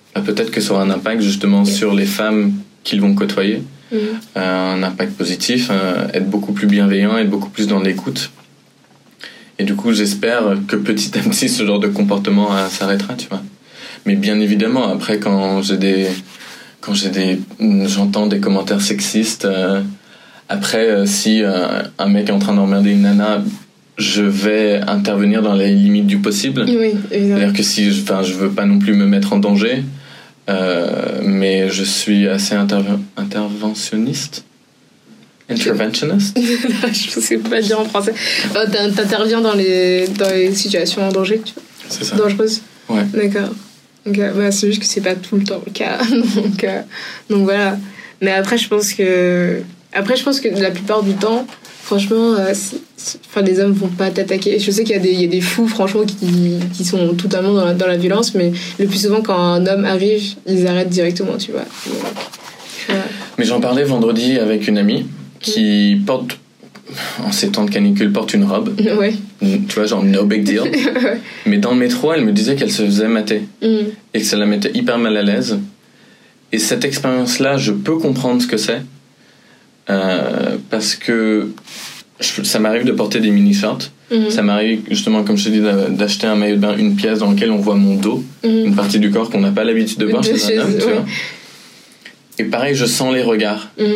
bah, peut-être que ça aura un impact justement sur les femmes qu'ils vont côtoyer. Mmh. Euh, un impact positif, euh, être beaucoup plus bienveillant, être beaucoup plus dans l'écoute. Et du coup, j'espère que petit à petit, ce genre de comportement euh, s'arrêtera, tu vois. Mais bien évidemment, après, quand j'ai des, quand j'ai des, j'entends des commentaires sexistes, euh, après, euh, si euh, un mec est en train d'emmerder une nana, je vais intervenir dans les limites du possible. Oui, évidemment. C'est-à-dire que si, enfin, je veux pas non plus me mettre en danger. Euh, mais je suis assez interve- interventionniste. Interventionist. Je sais pas dire en français. Enfin, t'interviens dans les, dans les situations en danger, tu vois. C'est ça. Dangereuses. Ouais. D'accord. Okay. Bah, c'est juste que c'est pas tout le temps le cas. donc, euh, donc voilà. Mais après, je pense que. Après, je pense que la plupart du temps, franchement, euh, c'est, c'est... Enfin, les hommes vont pas t'attaquer. Je sais qu'il y a des, il y a des fous, franchement, qui, qui sont totalement dans la, dans la violence, mais le plus souvent, quand un homme arrive, ils arrêtent directement, tu vois. Donc, voilà. Mais j'en parlais vendredi avec une amie qui mmh. porte, en ces temps de canicule, porte une robe. Ouais. Tu vois, genre no big deal. Ouais. Mais dans le métro, elle me disait qu'elle se faisait mater. Mmh. Et que ça la mettait hyper mal à l'aise. Et cette expérience-là, je peux comprendre ce que c'est. Euh, parce que ça m'arrive de porter des mini-shorts. Mm-hmm. Ça m'arrive justement, comme je te dis, d'acheter un maillot de bain, une pièce dans laquelle on voit mon dos, mm-hmm. une partie du corps qu'on n'a pas l'habitude de voir chez un homme, tu ouais. vois. Et pareil, je sens les regards. Mm-hmm.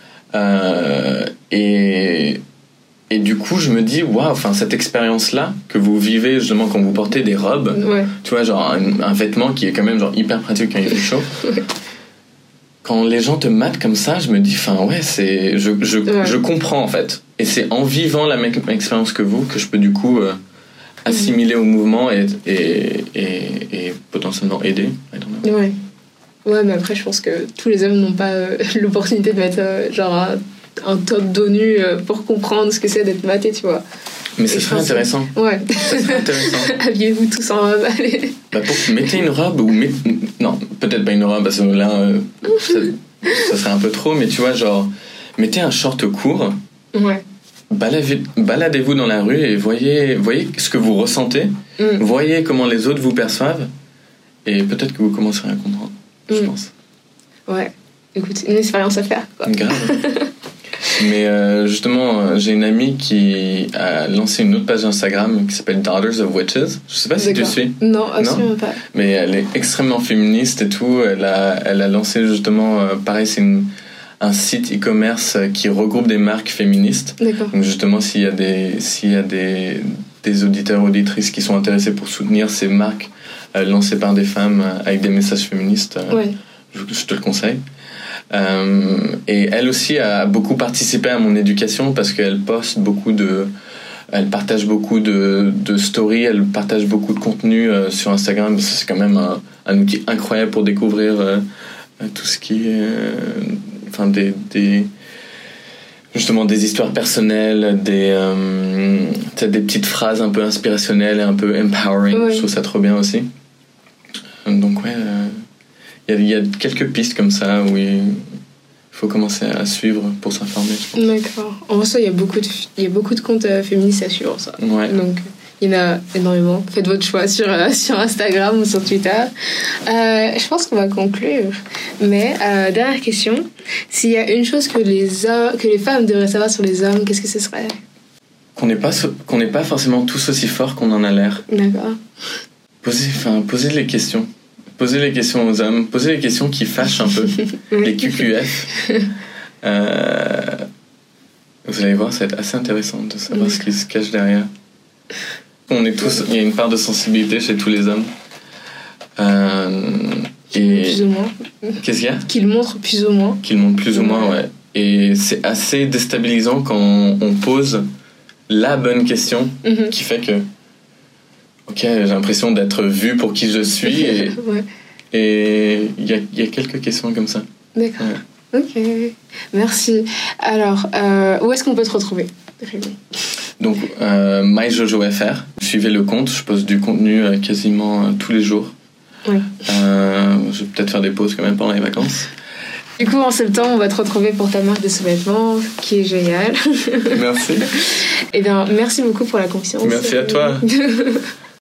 Euh, et, et du coup, je me dis, waouh, enfin, cette expérience-là que vous vivez justement quand vous portez des robes, ouais. tu vois, genre un, un vêtement qui est quand même genre hyper pratique quand il fait chaud. Ouais. Quand les gens te matent comme ça, je me dis, enfin ouais, c'est, je, je, ouais. je comprends en fait. Et c'est en vivant la même expérience que vous que je peux du coup euh, assimiler mmh. au mouvement et, et, et, et potentiellement aider. I don't know. Ouais. Ouais, mais après, je pense que tous les hommes n'ont pas euh, l'opportunité de mettre euh, genre un, un top dos nu euh, pour comprendre ce que c'est d'être maté, tu vois. Mais ça serait intéressant. Que... Ouais. Ça serait intéressant. Habillez-vous tous en robe, allez. Bah pour mettez une robe ou met... non, peut-être pas une robe parce que là euh, ça, ça serait un peu trop, mais tu vois, genre mettez un short court. Ouais. Baladez, baladez-vous dans la rue et voyez, voyez ce que vous ressentez. Mm. Voyez comment les autres vous perçoivent et peut-être que vous commencerez à comprendre. Mm. Je pense. Ouais. Écoute, une expérience à faire, quoi. Grave. Mais euh, justement, j'ai une amie qui a lancé une autre page Instagram qui s'appelle Daughters of Witches. Je sais pas si D'accord. tu suis. Non, absolument non pas. Mais elle est extrêmement féministe et tout. Elle a, elle a lancé justement, euh, pareil, c'est une, un site e-commerce qui regroupe des marques féministes. D'accord. Donc justement, s'il y a des, s'il y a des, des auditeurs auditrices qui sont intéressés pour soutenir ces marques euh, lancées par des femmes euh, avec des messages féministes, euh, ouais. je, je te le conseille. Euh, et elle aussi a beaucoup participé à mon éducation parce qu'elle poste beaucoup de, elle partage beaucoup de, de stories, elle partage beaucoup de contenu euh, sur Instagram. C'est quand même un, un outil incroyable pour découvrir euh, tout ce qui est, euh, enfin des, des, justement des histoires personnelles, des, euh, des petites phrases un peu inspirationnelles et un peu empowering. Oui. Je trouve ça trop bien aussi. Donc ouais. Euh, Il y, y a quelques pistes comme ça où il faut commencer à suivre pour s'informer, je pense. D'accord. En vrai, ça, il y a beaucoup de, il y a beaucoup de comptes féministes à suivre, ça. Ouais. Donc, il y en a énormément. Faites votre choix sur, euh, sur Instagram ou sur Twitter. Euh, je pense qu'on va conclure. Mais, euh, dernière question. S'il y a une chose que les, hommes, que les femmes devraient savoir sur les hommes, qu'est-ce que ce serait ? Qu'on n'est pas, qu'on n'est pas forcément tous aussi forts qu'on en a l'air. D'accord. Posez, enfin, posez les questions. Posez les questions aux hommes, posez les questions qui fâchent un peu, les Q Q F. Euh, vous allez voir, ça va être assez intéressant de savoir ce qui se cache derrière. On est tous, il y a une part de sensibilité chez tous les hommes. Euh, et plus ou moins. Qu'est-ce qu'il y a ? Qu'ils montrent plus ou moins. Qu'ils montrent plus ou moins, ouais. Et c'est assez déstabilisant quand on pose la bonne question mm-hmm. qui fait que ok, j'ai l'impression d'être vu pour qui je suis et ouais. et il y a, y a quelques questions comme ça. D'accord. Ouais. Ok, merci. Alors, euh, où est-ce qu'on peut te retrouver ? Donc, euh, MyJojoFR. Suivez le compte, je poste du contenu euh, quasiment euh, tous les jours. Oui. Euh, je vais peut-être faire des pauses quand même pendant les vacances. Du coup, en septembre, on va te retrouver pour ta marque de sous-vêtements, qui est géniale. Merci. Eh bien, merci beaucoup pour la confiance. Merci à toi.